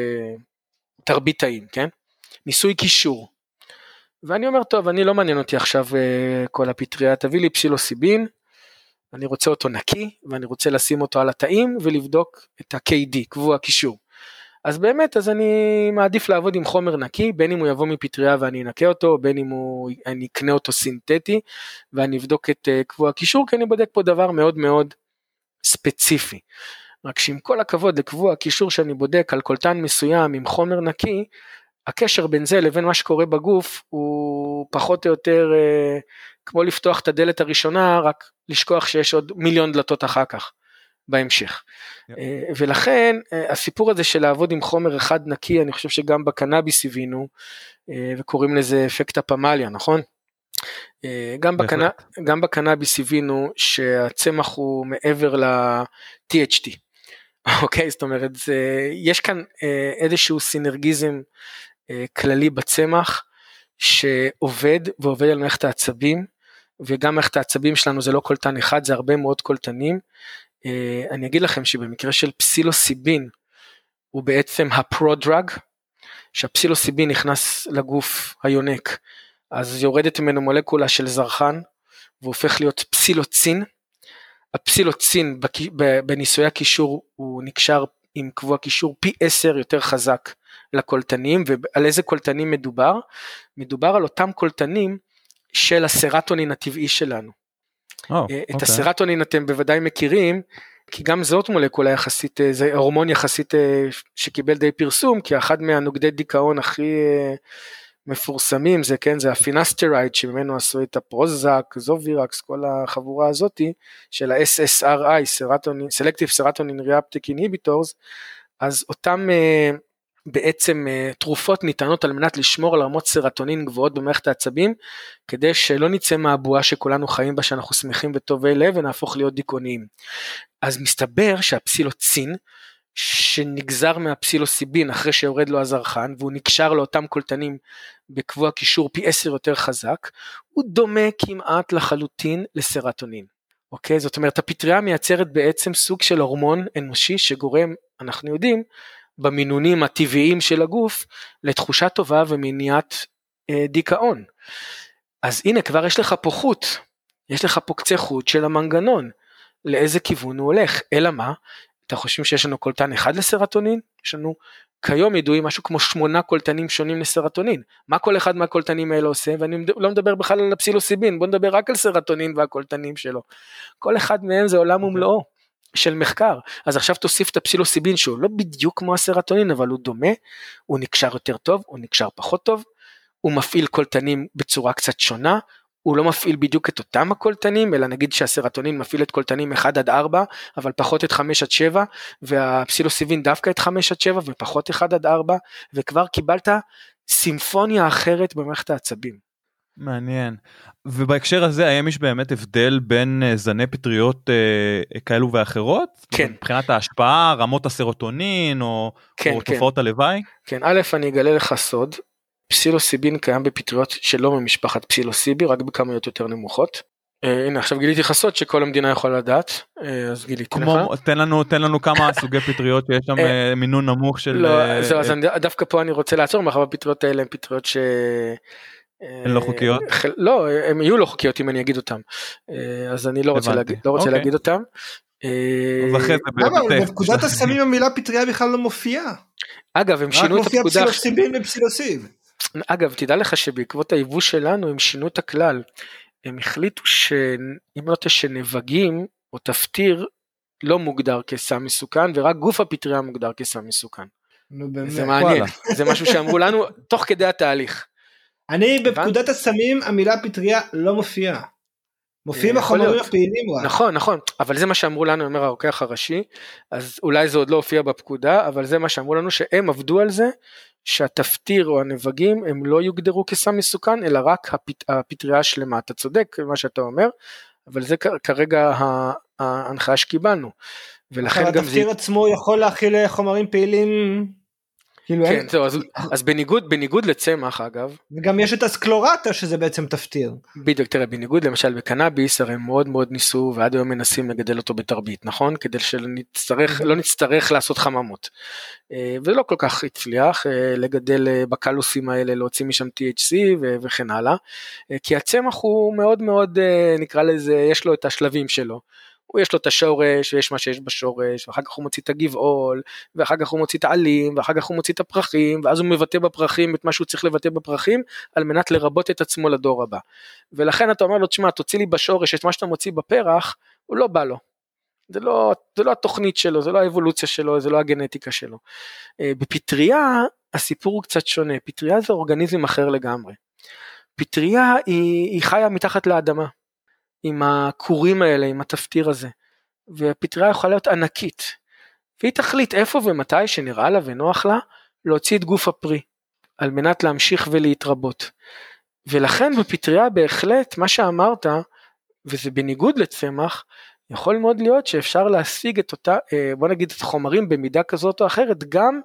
בתרבית תאים, כן? ניסוי קישור, ואני אומר, טוב, אני לא מעניין אותי עכשיו כל הפטריה, תביא לי פסילוסיבין, אני רוצה אותו נקי, ואני רוצה לשים אותו על התאים, ולבדוק את ה-קיי די, קבוע קישור. אז באמת, אז אני מעדיף לעבוד עם חומר נקי, בין אם הוא יבוא מפטריה ואני אנקה אותו, בין אם הוא, אני אקנה אותו סינתטי, ואני אבדוק את uh, קבוע הקישור, כי אני בודק פה דבר מאוד מאוד ספציפי. רק שעם כל הכבוד לקבוע הקישור שאני בודק על קולטן מסוים עם חומר נקי, הקשר בין זה לבין מה שקורה בגוף, הוא פחות או יותר uh, כמו לפתוח את הדלת הראשונה, רק לשכוח שיש עוד מיליון דלתות אחר כך. בהמשך. Yeah. ולכן הסיפור הזה של לעבוד עם חומר אחד נקי, אני חושב שגם בקנאביס הבינו, וקוראים לזה אפקט הפמליה, נכון? גם, בקנא, גם בקנאביס הבינו שהצמח הוא מעבר ל-טי אייץ' טי. אוקיי, זאת אומרת, זה, יש כאן איזשהו סינרגיזם כללי בצמח, שעובד ועובד על מערכת העצבים, וגם מערכת העצבים שלנו זה לא קולטן אחד, זה הרבה מאוד קולטנים, אני אגיד לכם שבמקרה של פסילוסיבין, הוא בעצם הפרו-דרג, שהפסילוסיבין נכנס לגוף היונק, אז יורדת ממנו מולקולה של זרחן, והופך להיות פסילוצין, הפסילוצין בניסוי הקישור, הוא נקשר עם קבוע קישור פי עשר יותר חזק לקולטנים, ועל איזה קולטנים מדובר? מדובר על אותם קולטנים של הסרטונין הטבעי שלנו. Oh, את okay. הסרטונין אתם בוודאי מכירים, כי גם זאת מולקולה יחסית, זה הורמון יחסית שקיבל די פרסום, כי אחד מהנוגדי דיכאון הכי מפורסמים, זה כן, זה הפינסטרייד, שממנו עשו את הפרוזק, זובירקס, כל החבורה הזאת, של ה-אס אס אר איי, Selective Serotonin Reuptake Inhibitors, אז אותם בעצם תרופות ניתנות על מנת לשמור על רמות סרטונין גבוהות במערכת העצבים, כדי שלא נצא מהבועה שכולנו חיים בה, שאנחנו שמחים וטובי לב, ונהפוך להיות דיכאוניים. אז מסתבר שהפסילוצין, שנגזר מהפסילוסיבין אחרי שיורד לו הזרחן, והוא נקשר לאותם קולטנים בקבוע קישור פי עשר יותר חזק, הוא דומה כמעט לחלוטין לסרטונין. אוקיי? זאת אומרת, הפטריה מייצרת בעצם סוג של הורמון אנושי, שגורם, אנחנו יודעים, במינונים הטבעיים של הגוף, לתחושה טובה ומניעת אה, דיכאון. אז הנה, כבר יש לך פה חוט, יש לך פה קצה חוט של המנגנון, לאיזה כיוון הוא הולך, אלא מה? אתה חושבים שיש לנו קולטן אחד לסרטונין? יש לנו כיום ידועים משהו כמו שמונה קולטנים שונים לסרטונין, מה כל אחד מהקולטנים האלה עושה? ואני לא מדבר בכלל על הפסילוסיבין, בוא נדבר רק על סרטונין והקולטנים שלו, כל אחד מהם זה עולם ומלואו, של מחקר. אז עכשיו תוסיף את הפסילוסיבין שהוא לא בדיוק כמו הסרטונין, אבל הוא דומה, הוא נקשר יותר טוב, הוא נקשר פחות טוב, הוא מפעיל קולטנים בצורה קצת שונה, הוא לא מפעיל בדיוק את אותם הקולטנים, אלא נגיד שהסרוטונין מפעיל את קולטנים אחד עד ארבע, אבל פחות את חמש עד שבע, והפסילוסיבין דווקא את חמש עד שבע, ופחות אחד עד ארבע, וכבר קיבלת סימפוניה אחרת במערכת העצבים. מעניין. ובהקשר הזה, האם יש באמת הבדל בין זני פטריות אה, כאלו ואחרות? כן. מבחינת ההשפעה, רמות הסרוטונין, או, כן, או כן. תופעות הלוואי? כן, א', אני אגלה לך סוד, פסילוסיבין קיים בפטריות שלא ממשפחת פסילוסיבי, רק בכמויות יותר נמוכות. אה, הנה, עכשיו גיליתי לך סוד שכל המדינה יכולה לדעת, אה, אז גיליתי כמו, לך. תן לנו, תן לנו כמה סוגי פטריות שיש שם אה, מינון נמוך של... לא, אה, זהו, אז אה, אני, דווקא פה אני רוצה לעצור, מאחר בפטריות האלה הן פטריות ש... הן לא חוקיות? אה, לא, הן יהיו לא חוקיות אם אני אגיד אותם, אה, אז אני לא רוצה, להגיד, לא רוצה אוקיי. להגיד אותם. אז אחרי זה למה? בטקסט. בפקודת הסמים המילה פטריה בכלל לא מופיעה. אגב, הם שינו את רק מופיע הפקודה. פסילוסיבין ופסילוסיב. אגב, תדע לך שבעקבות היבוש שלנו הם שינו את הכלל, הם החליטו שאם לא תשנבגים או תפטיר לא מוגדר כסם מסוכן, ורק גוף הפטריה מוגדר כסם מסוכן. נו באמת. זה מעניין, זה משהו שאמרו לנו תוך כדי התהליך. אני בפקודת הסמים המילה פטריה לא מופיעה. מופיעים החומרים הפעילים רק. נכון, נכון, אבל זה מה שאמרו לנו, אומר הרוקח הראשי, אז אולי זה עוד לא הופיע בפקודה, אבל זה מה שאמרו לנו שהם עבדו על זה, שהתפטיר או הנבגים הם לא יוגדרו כסם מסוכן, אלא רק הפט... הפטריה השלמה. אתה צודק מה שאתה אומר, אבל זה כרגע ההנחיה שקיבלנו. ולכן גם התפטיר זה... עצמו יכול להכיל חומרים פעילים... כאילו כן, אין... זהו, אז, אז בניגוד, בניגוד לצמח אגב. וגם יש את הסקלורטה שזה בעצם תפטיר. בדיוק, תראה, בניגוד למשל בקנאביס, הרי מאוד מאוד ניסו ועד היום מנסים לגדל אותו בתרבית, נכון? כדי שנצטרך, לא נצטרך לעשות חממות. וזה לא כל כך הצליח לגדל בקלוסים האלה, להוציא משם טי אייץ' סי וכן הלאה. כי הצמח הוא מאוד מאוד, נקרא לזה, יש לו את השלבים שלו. הוא יש לו את השורש, ויש מה שיש בשורש, ואחר כך הוא מוציא את הגבעול, ואחר כך הוא מוציא את העלים, ואחר כך הוא מוציא את הפרחים, ואז הוא מבטא בפרחים את מה שהוא צריך לבטא בפרחים, על מנת לרבות את עצמו לדור הבא. ולכן אתה אומר לו, תשמע, תוציא לי בשורש את מה שאתה מוציא בפרח, הוא לא בא לו. זה לא, זה לא התוכנית שלו, זה לא האבולוציה שלו, זה לא הגנטיקה שלו. בפטריה, הסיפור הוא קצת שונה. פטריה זה אורגניזם אחר לגמרי. פטריה היא, היא חיה מתחת לאדמה. עם הקורים האלה, עם התפטיר הזה, והפטריה יכולה להיות ענקית, והיא תחליט איפה ומתי שנראה לה ונוח לה, להוציא את גוף הפרי, על מנת להמשיך ולהתרבות, ולכן בפטריה בהחלט, מה שאמרת, וזה בניגוד לצמח, יכול מאוד להיות שאפשר להשיג את אותה, בוא נגיד את חומרים במידה כזאת או אחרת, גם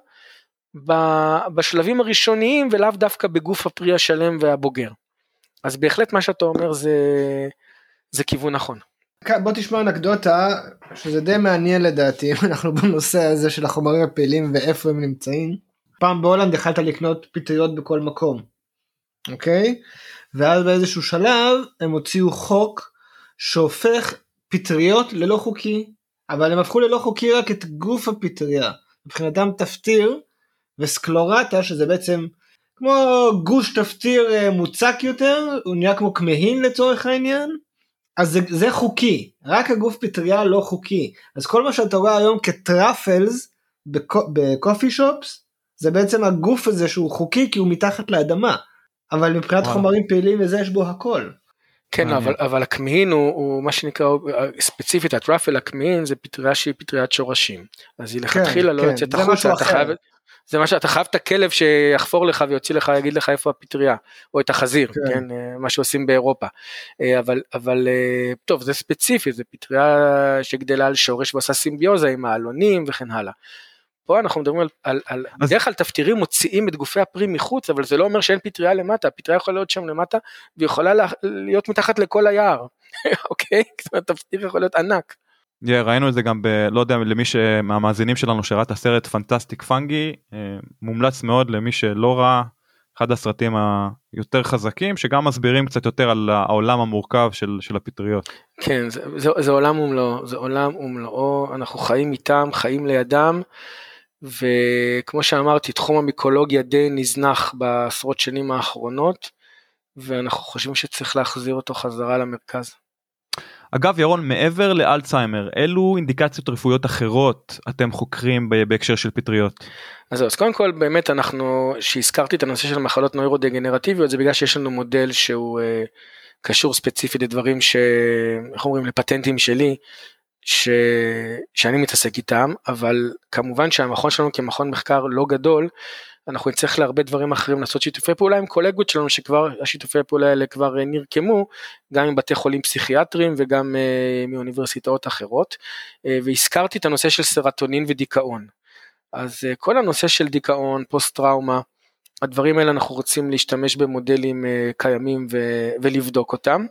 בשלבים הראשוניים, ולאו דווקא בגוף הפרי השלם והבוגר, אז בהחלט מה שאתה אומר זה, זה כיוון נכון. בוא תשמע אנקדוטה, שזה די מעניין לדעתי, אנחנו בנושא הזה של החומרים הפעילים ואיפה הם נמצאים. פעם בהולנד יכלת לקנות פטריות בכל מקום, אוקיי? ואז באיזשהו שלב הם הוציאו חוק שהופך פטריות ללא חוקי, אבל הם הפכו ללא חוקי רק את גוף הפטריה. מבחינתם תפטיר וסקלורטה, שזה בעצם כמו גוש תפטיר מוצק יותר, הוא נהיה כמו כמהין לצורך העניין, אז זה, זה חוקי, רק הגוף פטריה לא חוקי, אז כל מה שאתה רואה היום כטראפלס בקופי שופס, זה בעצם הגוף הזה שהוא חוקי כי הוא מתחת לאדמה, אבל מבחינת וואו. חומרים פעילים וזה יש בו הכל. כן, אבל, אבל הכמהין הוא, הוא מה שנקרא, ספציפית הטראפל הכמהין זה פטריה שהיא פטריית שורשים, אז היא לכתחילה כן, לא כן, יוצאת החוצה, אתה חייב... זה מה שאתה חייב את הכלב שיחפור לך ויוציא לך, יגיד לך איפה הפטריה, או את החזיר, כן, כן מה שעושים באירופה. אבל, אבל, טוב, זה ספציפי, זה פטריה שגדלה על שורש ועושה סימביוזה עם העלונים וכן הלאה. פה אנחנו מדברים על, על, על אז... בדרך כלל תפטירים מוציאים את גופי הפרי מחוץ, אבל זה לא אומר שאין פטריה למטה, הפטריה יכולה להיות שם למטה, ויכולה להיות מתחת לכל היער, אוקיי? זאת אומרת, תפטיר יכול להיות ענק. Yeah, ראינו את זה גם ב... לא יודע, למי מהמאזינים שלנו שראה את הסרט פנטסטיק פנגי, מומלץ מאוד למי שלא ראה, אחד הסרטים היותר חזקים, שגם מסבירים קצת יותר על העולם המורכב של, של הפטריות. כן, זה, זה, זה עולם ומלואו, זה עולם ומלואו, אנחנו חיים איתם, חיים לידם, וכמו שאמרתי, תחום המיקולוגיה די נזנח בעשרות שנים האחרונות, ואנחנו חושבים שצריך להחזיר אותו חזרה למרכז. אגב, ירון, מעבר לאלצהיימר, אילו אינדיקציות רפואיות אחרות אתם חוקרים בהקשר של פטריות? אז, אז קודם כל, באמת אנחנו, שהזכרתי את הנושא של מחלות נוירודגנרטיביות, זה בגלל שיש לנו מודל שהוא אה, קשור ספציפית לדברים ש... איך אומרים, לפטנטים שלי, ש... שאני מתעסק איתם, אבל כמובן שהמכון שלנו כמכון מחקר לא גדול, אנחנו נצטרך להרבה דברים אחרים לעשות שיתופי פעולה עם קולגות שלנו, שכבר השיתופי פעולה האלה כבר נרקמו, גם עם בתי חולים פסיכיאטריים וגם uh, מאוניברסיטאות אחרות, uh, והזכרתי את הנושא של סרטונין ודיכאון. אז uh, כל הנושא של דיכאון, פוסט טראומה, הדברים האלה אנחנו רוצים להשתמש במודלים uh, קיימים ו- ולבדוק אותם,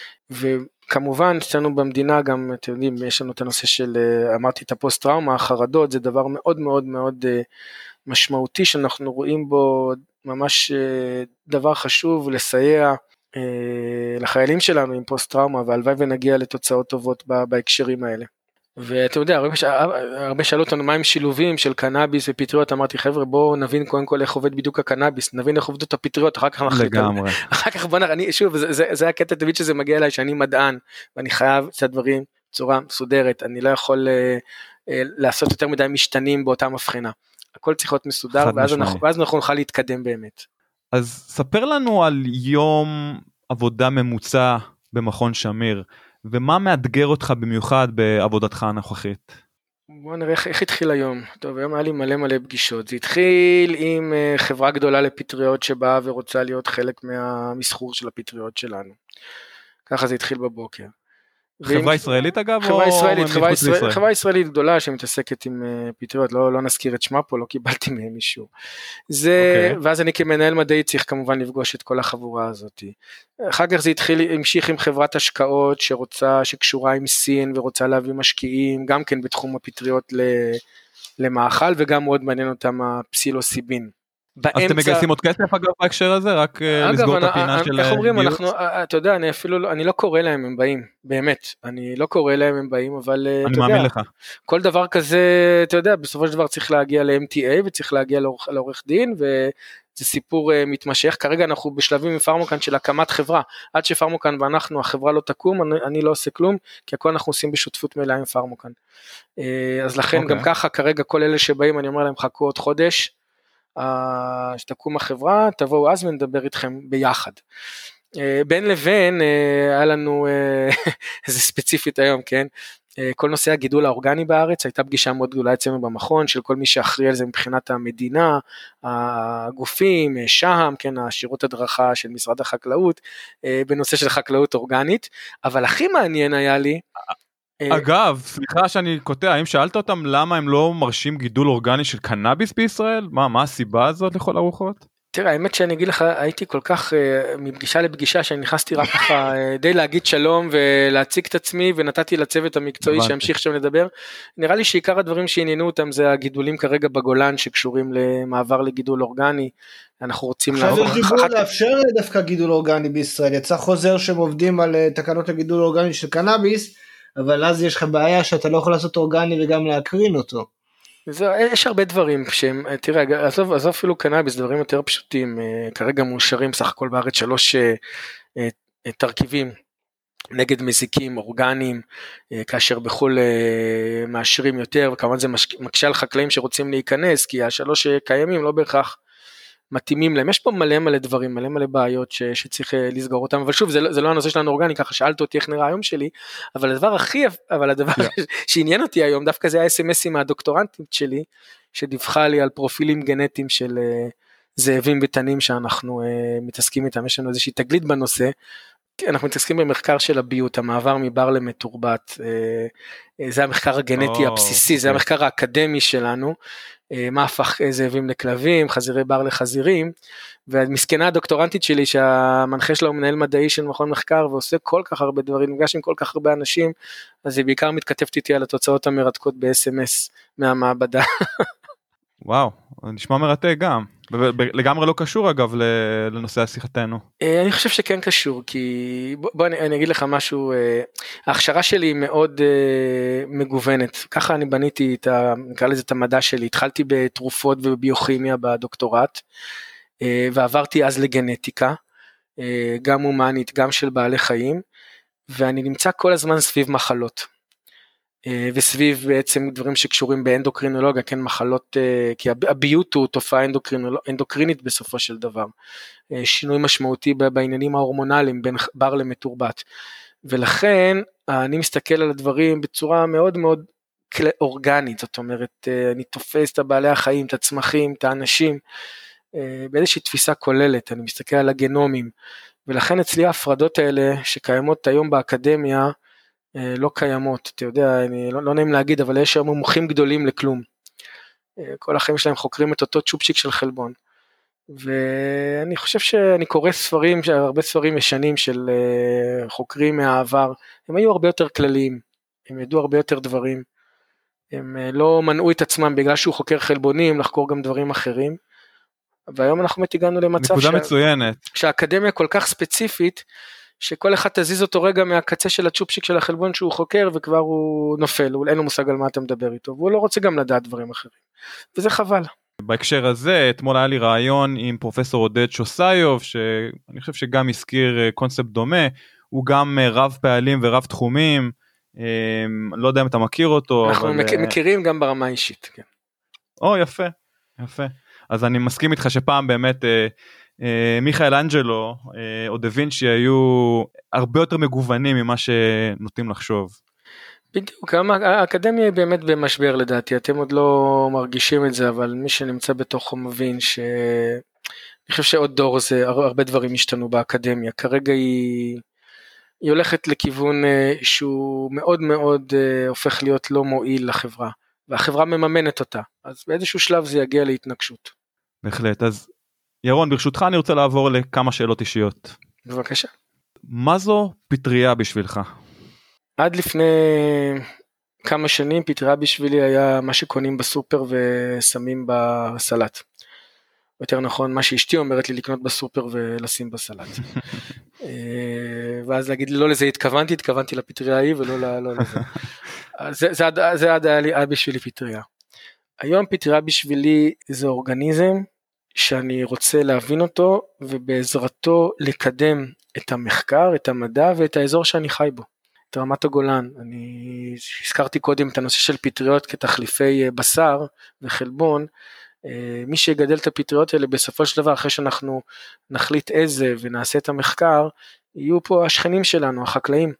וכמובן אצלנו במדינה גם, אתם יודעים, יש לנו את הנושא של, uh, אמרתי את הפוסט טראומה, החרדות, זה דבר מאוד מאוד מאוד uh, משמעותי שאנחנו רואים בו ממש דבר חשוב לסייע לחיילים שלנו עם פוסט טראומה, והלוואי ונגיע לתוצאות טובות בהקשרים האלה. ואתה יודע, הרבה שאלו אותנו מה עם שילובים של קנאביס ופטריות, אמרתי חבר'ה בואו נבין קודם כל איך עובד בדיוק הקנאביס, נבין איך עובדות הפטריות, אחר כך נחליט. לגמרי. אחר כך בוא נראה, שוב, זה, זה הקטע תמיד שזה מגיע אליי, שאני מדען, ואני חייב את הדברים בצורה מסודרת, אני לא יכול לעשות יותר מדי משתנים באותה מבחינה. הכל צריך להיות מסודר, ואז אנחנו, ואז אנחנו נוכל להתקדם באמת. אז ספר לנו על יום עבודה ממוצע במכון שמיר, ומה מאתגר אותך במיוחד בעבודתך הנוכחית? בוא נראה איך, איך התחיל היום. טוב, היום היה לי מלא מלא פגישות. זה התחיל עם uh, חברה גדולה לפטריות שבאה ורוצה להיות חלק מהמסחור של הפטריות שלנו. ככה זה התחיל בבוקר. חברה ישראלית אגב? חברה ישראלית, חברה ישראלית, חברה ישראלית גדולה שמתעסקת עם פטריות, לא, לא נזכיר את שמה פה, לא קיבלתי מהם אישור. זה, okay. ואז אני כמנהל מדעי צריך כמובן לפגוש את כל החבורה הזאת. אחר כך זה התחיל, המשיך עם חברת השקעות שרוצה, שקשורה עם סין ורוצה להביא משקיעים, גם כן בתחום הפטריות למאכל, וגם מאוד מעניין אותם הפסילוסיבין. אז אתם מגייסים עוד כסף אגב בהקשר הזה, רק לסגור את הפינה של... איך אומרים, אנחנו, אתה יודע, אני אפילו, אני לא קורא להם, הם באים, באמת, אני לא קורא להם, הם באים, אבל אני מאמין לך. כל דבר כזה, אתה יודע, בסופו של דבר צריך להגיע ל-אם טי איי, וצריך להגיע לעורך דין, וזה סיפור מתמשך, כרגע אנחנו בשלבים עם פארמוקן של הקמת חברה, עד שפארמוקן ואנחנו, החברה לא תקום, אני לא עושה כלום, כי הכל אנחנו עושים בשותפות מלאה עם פארמוקן. אז לכן גם ככה, כרגע כל אלה שבאים, אני אומר להם, חכו עוד חודש, שתקום החברה, תבואו אז ונדבר איתכם ביחד. בין לבין, היה לנו איזה ספציפית היום, כן? כל נושא הגידול האורגני בארץ, הייתה פגישה מאוד גדולה אצלנו במכון, של כל מי שאחראי על זה מבחינת המדינה, הגופים, שם, כן, השירות הדרכה של משרד החקלאות, בנושא של חקלאות אורגנית, אבל הכי מעניין היה לי, אגב, סליחה שאני קוטע, האם שאלת אותם למה הם לא מרשים גידול אורגני של קנאביס בישראל? מה, מה הסיבה הזאת לכל הרוחות? תראה, האמת שאני אגיד לך, הייתי כל כך מפגישה לפגישה, שאני נכנסתי רק ככה די להגיד שלום ולהציג את עצמי, ונתתי לצוות המקצועי שהמשיך שם לדבר. נראה לי שעיקר הדברים שעניינו אותם זה הגידולים כרגע בגולן, שקשורים למעבר לגידול אורגני. אנחנו רוצים... עכשיו יש דיבור לאפשר דווקא גידול אורגני בישראל, יצא חוזר שהם עובדים על תקנות הגידול אורגני של קנאביס, אבל אז יש לך בעיה שאתה לא יכול לעשות אורגני וגם להקרין אותו. זה, יש הרבה דברים שהם, תראה, עזוב, עזוב אפילו קנאביס, דברים יותר פשוטים, כרגע מאושרים סך הכל בארץ שלוש תרכיבים נגד מזיקים אורגניים, כאשר בחול מאשרים יותר, וכמובן זה מקשה על חקלאים שרוצים להיכנס, כי השלוש קיימים לא בהכרח מתאימים להם, יש פה מלא מלא דברים, מלא מלא בעיות ש, שצריך לסגור אותם, אבל שוב, זה לא, זה לא הנושא שלנו אורגני, ככה שאלת אותי איך נראה היום שלי, אבל הדבר הכי, אבל הדבר yeah. שעניין אותי היום, דווקא זה ה-אס אם אסים מהדוקטורנטית שלי, שדיווחה לי על פרופילים גנטיים של uh, זאבים ותנים, שאנחנו uh, מתעסקים איתם, יש לנו איזושהי תגלית בנושא, אנחנו מתעסקים במחקר של הביות, המעבר מבר למתורבת, זה המחקר הגנטי oh, הבסיסי, okay. זה המחקר האקדמי שלנו, מה הפך זאבים לכלבים, חזירי בר לחזירים, והמסכנה הדוקטורנטית שלי, שהמנחה שלה הוא מנהל מדעי של מכון מחקר, ועושה כל כך הרבה דברים, נפגש עם כל כך הרבה אנשים, אז היא בעיקר מתכתבת איתי על התוצאות המרתקות ב-אס אם אס מהמעבדה. וואו, נשמע מרתק גם. לגמרי לא קשור אגב לנושא השיחתנו. אני חושב שכן קשור, כי בוא אני, אני אגיד לך משהו, ההכשרה שלי היא מאוד מגוונת, ככה אני בניתי את, נקרא לזה את המדע שלי, התחלתי בתרופות וביוכימיה בדוקטורט, ועברתי אז לגנטיקה, גם הומנית, גם של בעלי חיים, ואני נמצא כל הזמן סביב מחלות, וסביב בעצם דברים שקשורים באנדוקרינולוגיה, כן, מחלות, כי הביות הוא תופעה אנדוקרינית בסופו של דבר, שינוי משמעותי בעניינים ההורמונליים בין בר למתורבת, ולכן אני מסתכל על הדברים בצורה מאוד מאוד אורגנית, זאת אומרת, אני תופס את הבעלי החיים, את הצמחים, את האנשים, באיזושהי תפיסה כוללת, אני מסתכל על הגנומים, ולכן אצלי ההפרדות האלה שקיימות היום באקדמיה, לא קיימות, אתה יודע, אני לא, לא נעים להגיד, אבל יש שם מומחים גדולים לכלום, כל החיים שלהם חוקרים את אותו צ'ופצ'יק של חלבון, ואני חושב שאני קורא ספרים, הרבה ספרים ישנים של חוקרים מהעבר, הם היו הרבה יותר כלליים, הם ידעו הרבה יותר דברים, הם לא מנעו את עצמם בגלל שהוא חוקר חלבונים, לחקור גם דברים אחרים, והיום אנחנו באמת הגענו למצב נקודה מצוינת. שהאקדמיה כל כך ספציפית, שכל אחד תזיז אותו רגע מהקצה של הצ'ופשיק של החלבון שהוא חוקר, וכבר הוא נופל, הוא אין לו מושג על מה אתה מדבר איתו, והוא לא רוצה גם לדעת דברים אחרים, וזה חבל. בהקשר הזה, אתמול היה לי רעיון עם פרופסור עודד שוסיוב, שאני חושב שגם הזכיר קונספט דומה, הוא גם רב פעלים ורב תחומים, לא יודע אם אתה מכיר אותו. אנחנו אבל... מכירים גם ברמה אישית, כן. או, יפה, יפה. אז אני מסכים איתך שפעם באמת אה, אה, מיכאל אנג'לו אה, או דה וינצ'י היו הרבה יותר מגוונים ממה שנוטים לחשוב. בדיוק, האקדמיה היא באמת במשבר לדעתי, אתם עוד לא מרגישים את זה, אבל מי שנמצא בתוכו מבין ש... אני חושב שעוד דור זה, הרבה דברים השתנו באקדמיה, כרגע היא, היא הולכת לכיוון שהוא מאוד מאוד הופך להיות לא מועיל לחברה, והחברה מממנת אותה, אז באיזשהו שלב זה יגיע להתנגשות. בהחלט, אז ירון, ברשותך אני רוצה לעבור לכמה שאלות אישיות. בבקשה. מה זו פטריה בשבילך? עד לפני כמה שנים פטריה בשבילי היה מה שקונים בסופר ושמים בסלט. יותר נכון, מה שאשתי אומרת לי לקנות בסופר ולשים בסלט. ואז להגיד לי, לא לזה התכוונתי, התכוונתי לפטריה ההיא ולא לא לזה. זה, זה, זה עד היה בשבילי פטריה. היום פטריה בשבילי זה אורגניזם שאני רוצה להבין אותו, ובעזרתו לקדם את המחקר, את המדע ואת האזור שאני חי בו. את רמת הגולן, אני הזכרתי קודם את הנושא של פטריות כתחליפי בשר וחלבון, מי שיגדל את הפטריות האלה בסופו של דבר, אחרי שאנחנו נחליט איזה ונעשה את המחקר, יהיו פה השכנים שלנו, החקלאים,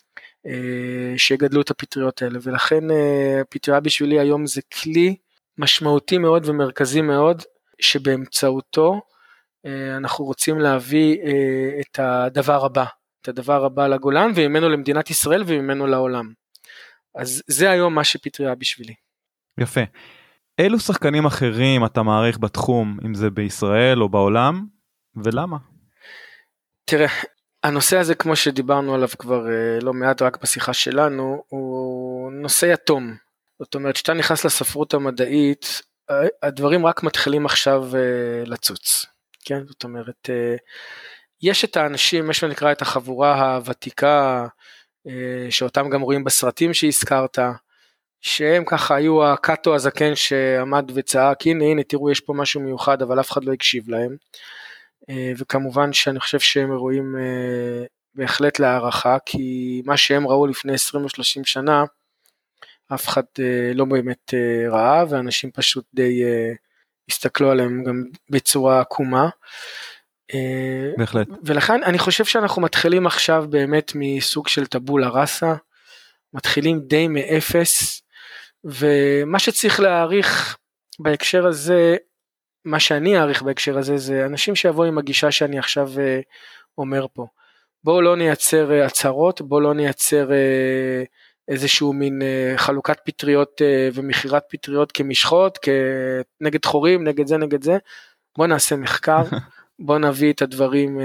שיגדלו את הפטריות האלה, ולכן פטריה בשבילי היום זה כלי משמעותי מאוד ומרכזי מאוד, שבאמצעותו אנחנו רוצים להביא את הדבר הבא, את הדבר הבא לגולן, וממנו למדינת ישראל וממנו לעולם. אז זה היום מה שפטריה בשבילי. יפה. אילו שחקנים אחרים אתה מעריך בתחום, אם זה בישראל או בעולם, ולמה? תראה, הנושא הזה כמו שדיברנו עליו כבר לא מעט רק בשיחה שלנו, הוא נושא יתום. זאת אומרת, שאתה נכנס לספרות המדעית, הדברים רק מתחילים עכשיו לצוץ. כן? זאת אומרת, יש את האנשים, יש מה נקרא את החבורה הוותיקה, שאותם גם רואים בסרטים שהזכרת, שהם ככה היו הקאטו הזקן שעמד וצעק, הנה הנה תראו יש פה משהו מיוחד, אבל אף אחד לא הקשיב להם, וכמובן שאני חושב שהם רואים בהחלט להערכה, כי מה שהם ראו לפני עשרים או שלושים שנה, אף אחד לא באמת ראה, ואנשים פשוט די הסתכלו עליהם גם בצורה עקומה, בהחלט. ולכן אני חושב שאנחנו מתחילים עכשיו באמת מסוג של טבולה ראסה, מתחילים די מאפס, ומה שצריך להעריך בהקשר הזה, מה שאני אעריך בהקשר הזה, זה אנשים שיבואו עם הגישה שאני עכשיו אומר פה. בואו לא נייצר הצהרות, בואו לא נייצר איזשהו מין חלוקת פטריות ומחירת פטריות כמשחות, נגד חורים, נגד זה, נגד זה. בואו נעשה מחקר, בואו נביא את הדברים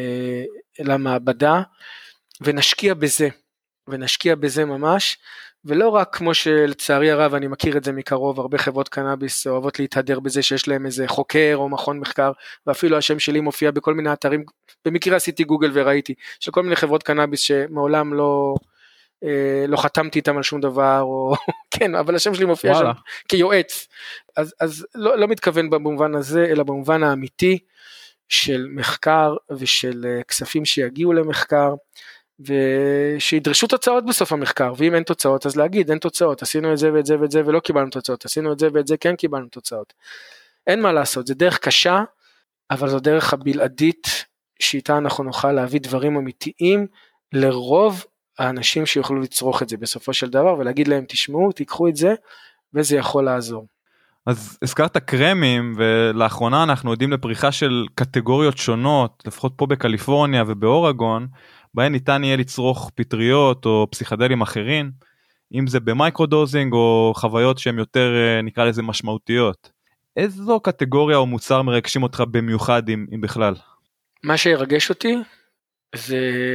למעבדה, ונשקיע בזה. ונשקיע בזה ממש, ולא רק כמו שלצערי הרב, אני מכיר את זה מקרוב, הרבה חברות קנאביס אוהבות להתהדר בזה שיש להם איזה חוקר או מכון מחקר, ואפילו השם שלי מופיע בכל מיני אתרים, במקרה עשיתי גוגל וראיתי, של כל מיני חברות קנאביס שמעולם לא, אה, לא חתמתי איתם על שום דבר, או כן, אבל השם שלי מופיע וואלה. שם כיועץ, אז, אז לא, לא מתכוון במובן הזה, אלא במובן האמיתי, של מחקר ושל כספים שיגיעו למחקר, ושידרשו תוצאות בסוף המחקר, ואם אין תוצאות אז להגיד אין תוצאות, עשינו את זה ואת זה ואת זה ולא קיבלנו תוצאות, עשינו את זה ואת זה כן קיבלנו תוצאות. אין מה לעשות, זה דרך קשה, אבל זו דרך הבלעדית שאיתה אנחנו נוכל להביא דברים אמיתיים לרוב האנשים שיוכלו לצרוך את זה בסופו של דבר, ולהגיד להם תשמעו, תיקחו את זה, וזה יכול לעזור. אז הזכרת קרמים, ולאחרונה אנחנו יודעים לפריחה של קטגוריות שונות, לפחות פה בקליפורניה ובאורגון, בהן ניתן יהיה לצרוך פטריות או פסיכדלים אחרים, אם זה במייקרודוזינג או חוויות שהן יותר נקרא לזה משמעותיות. איזו קטגוריה או מוצר מרגשים אותך במיוחד אם, אם בכלל? מה שירגש אותי זה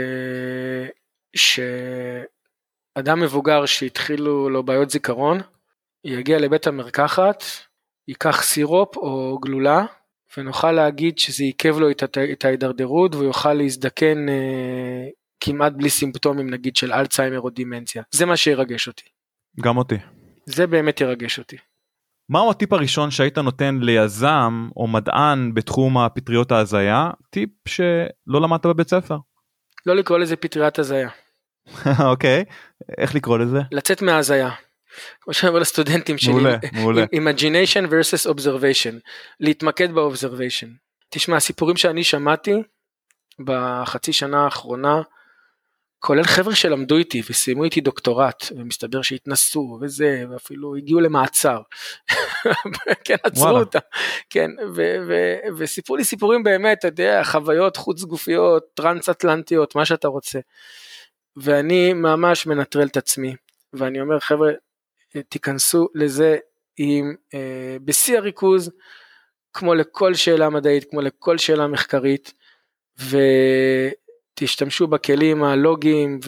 שאדם מבוגר שהתחילו לו בעיות זיכרון, יגיע לבית המרקחת, ייקח סירופ או גלולה, ונוכל להגיד שזה עיכב לו את ההידרדרות, והוא יוכל להזדקן אה, כמעט בלי סימפטומים, נגיד של אלצהיימר או דימנציה. זה מה שירגש אותי. גם אותי. זה באמת ירגש אותי. מהו הטיפ הראשון שהיית נותן ליזם או מדען בתחום הפטריות ההזיה? טיפ שלא למדת בבית ספר. לא לקרוא לזה פטריית הזיה. אוקיי, איך לקרוא לזה? לצאת מההזיה. כמו שאומר לסטודנטים שלי, מעולה, מעולה. imagination versus observation, להתמקד ב-observation. תשמע, הסיפורים שאני שמעתי בחצי שנה האחרונה, כולל חבר'ה שלמדו איתי וסיימו איתי דוקטורט, ומסתבר שהתנסו וזה, ואפילו הגיעו למעצר, כן, עצרו אותם, כן, וסיפרו לי סיפורים באמת, אתה יודע, חוויות חוץ גופיות, טרנס-אטלנטיות, מה שאתה רוצה, ואני ממש מנטרל את עצמי, ואני אומר, חבר'ה, תיכנסו לזה עם, אה, בשיא הריכוז, כמו לכל שאלה מדעית, כמו לכל שאלה מחקרית, ותשתמשו בכלים הלוגיים,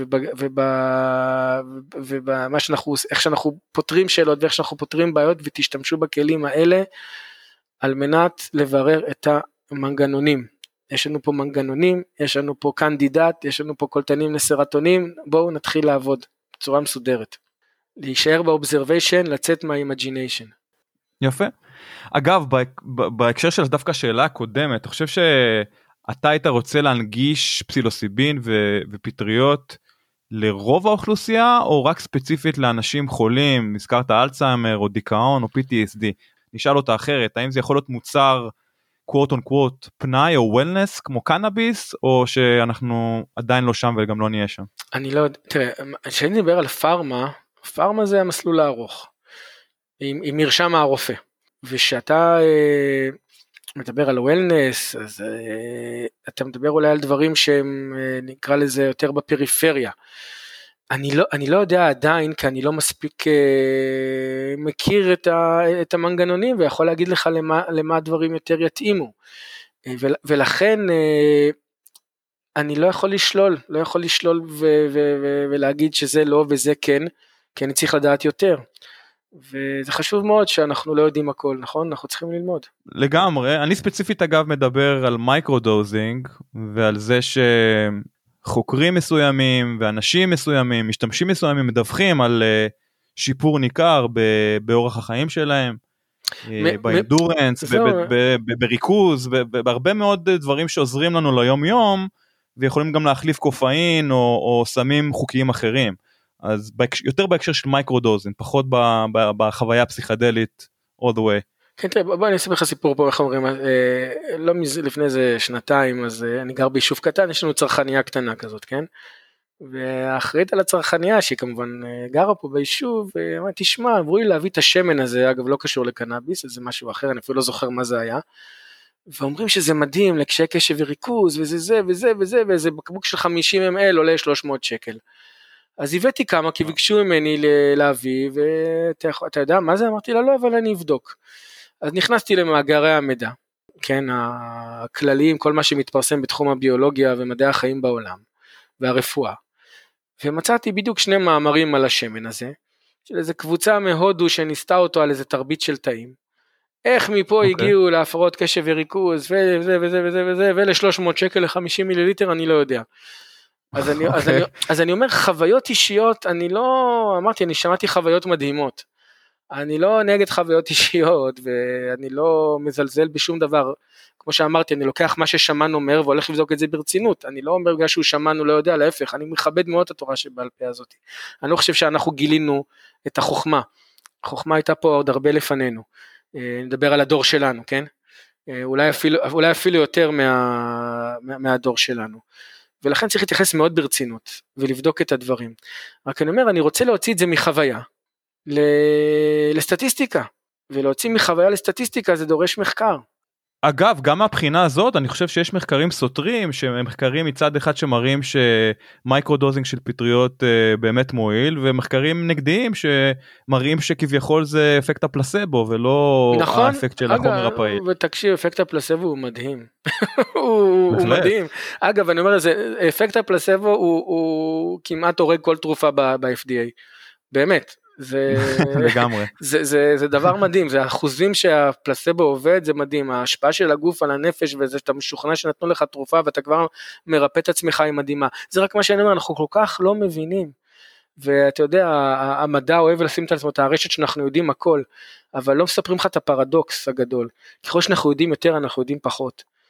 ובמה שאנחנו, איך שאנחנו פותרים שאלות, ואיך שאנחנו פותרים בעיות, ותשתמשו בכלים האלה, על מנת לברר את המנגנונים. יש לנו פה מנגנונים, יש לנו פה קנדידט, יש לנו פה קולטנים לסרטונים, בואו נתחיל לעבוד בצורה מסודרת. להישאר באובזרוויישן, לצאת מהאימג'יניישן. יפה. אגב, בהקשר של דווקא השאלה הקודמת, אתה חושב שאתה היית רוצה להנגיש פסילוסיבין ופטריות לרוב האוכלוסייה, או רק ספציפית לאנשים חולים, נזכרת אלצהיימר או דיכאון או פי טי אס די? נשאל אותה אחרת, האם זה יכול להיות מוצר quote on quote פנאי או וולנס כמו קנאביס, או שאנחנו עדיין לא שם וגם לא נהיה שם? אני לא יודע, תראה, כשאני מדבר על פארמה, פארמה זה המסלול הארוך, עם, עם מרשם הרופא, ושאתה אה, מדבר על וולנס, אז אה, אתה מדבר אולי על דברים שהם, אה, נקרא לזה יותר בפריפריה, אני לא, אני לא יודע עדיין, כי אני לא מספיק אה, מכיר את, ה, את המנגנונים, ויכול להגיד לך למה, למה הדברים יותר יתאימו, אה, ו, ולכן אה, אני לא יכול לשלול, לא יכול לשלול ו, ו, ו, ולהגיד שזה לא וזה כן, כי אני צריך לדעת יותר, וזה חשוב מאוד שאנחנו לא יודעים הכל, נכון? אנחנו צריכים ללמוד. לגמרי, אני ספציפית אגב מדבר על מייקרודוזינג, ועל זה שחוקרים מסוימים, ואנשים מסוימים, משתמשים מסוימים, מדווחים על שיפור ניכר באורח החיים שלהם, באינדורנס, בריכוז, בהרבה מאוד דברים שעוזרים לנו ליום יום, ויכולים גם להחליף קופאין, או סמים חוקיים אחרים. אז יותר בהקשר של מייקרודוזין, פחות בחוויה הפסיכדלית all the way. כן, תראה, בוא אני אספר לך סיפור פה, איך אומרים, לא לפני איזה שנתיים, אז אני גר ביישוב קטן, יש לנו צרכניה קטנה כזאת, כן? והאחראית על הצרכניה, שהיא כמובן גרה פה ביישוב, אמרתי, תשמע, אמרו לי להביא את השמן הזה, אגב לא קשור לקנאביס, זה משהו אחר, אני אפילו לא זוכר מה זה היה, ואומרים שזה מדהים, לקשיי קשב וריכוז, וזה זה וזה וזה, וזה בקבוק של חמישים אם אל עולה שלוש מאות שקל. אז הבאתי כמה, כי ביקשו ממני להביא, ואתה יודע מה זה? אמרתי לה, לא, אבל אני אבדוק. אז נכנסתי למאגרי המידע, כן, הכלליים, כל מה שמתפרסם בתחום הביולוגיה ומדעי החיים בעולם, והרפואה. ומצאתי בדיוק שני מאמרים על השמן הזה, של איזו קבוצה מהודו שניסתה אותו על איזה תרבית של תאים. איך מפה okay. הגיעו להפרעות קשב וריכוז, וזה וזה וזה וזה, ול-שלוש מאות שקל ל-חמישים מיליליטר, אני לא יודע. אז אני, okay. אז, אני, אז אני אומר, חוויות אישיות, אני לא, אמרתי, אני שמעתי חוויות מדהימות, אני לא נגד חוויות אישיות, ואני לא מזלזל בשום דבר, כמו שאמרתי, אני לוקח מה ששמענו אומר, והולך לבדוק את זה ברצינות, אני לא אומר בגלל שהוא שמענו לא יודע, להפך, אני מכבד מאוד את התורה שבעל פה הזאת, אני לא חושב שאנחנו גילינו את החוכמה, החוכמה הייתה פה עוד הרבה לפנינו, נדבר על הדור שלנו, כן? אולי אפילו, אולי אפילו יותר מה, מה, מהדור שלנו, ולכן צריך להתייחס מאוד ברצינות, ולבדוק את הדברים, רק אני אומר, אני רוצה להוציא את זה מחוויה, לסטטיסטיקה, ולהוציא מחוויה לסטטיסטיקה זה דורש מחקר. אגב, גם מהבחינה הזאת, אני חושב שיש מחקרים סותרים, שמחקרים מצד אחד שמראים שמייקרודוזינג של פטריות באמת מועיל, ומחקרים נגדיים שמראים שכביכול זה אפקט הפלסבו, ולא נכון, האפקט של החומר הפעיל. ותקשיב, אפקט הפלסבו הוא מדהים. הוא, הוא מדהים. אגב, אני אומר, זה, אפקט הפלסבו הוא, הוא כמעט הורג כל תרופה ב-אף די איי. באמת. זה, לגמרי. זה, זה, זה דבר מדהים, זה האחוזים שהפלסבו עובד, זה מדהים, ההשפעה של הגוף על הנפש, וזה שאתה משוכנע שנתנו לך תרופה, ואתה כבר מרפא את עצמך היא מדהימה, זה רק מה שאני אומר, אנחנו כל כך לא מבינים, ואתה יודע, המדע אוהב לשים את עצמו, את הרשת שאנחנו יודעים הכל, אבל לא מספרים לך את הפרדוקס הגדול, ככל שאנחנו יודעים יותר, אנחנו יודעים פחות,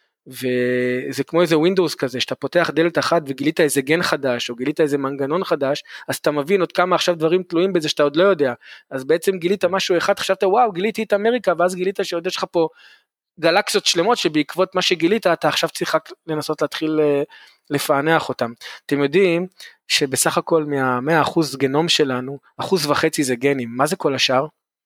וזה כמו איזה ווינדוס כזה, שאתה פותח דלת אחת וגילית איזה גן חדש, או גילית איזה מנגנון חדש, אז אתה מבין עוד כמה עכשיו דברים תלויים בזה שאתה עוד לא יודע, אז בעצם גילית משהו אחד, חשבת וואו, גיליתי את אמריקה, ואז גילית שעוד יש לך פה גלקסיות שלמות, שבעקבות מה שגילית, אתה עכשיו צריך לנסות להתחיל לפענח אותם. אתם יודעים שבסך הכל מה-מאה אחוז גנום שלנו, אחוז וחצי זה גנים, מה זה כל השאר?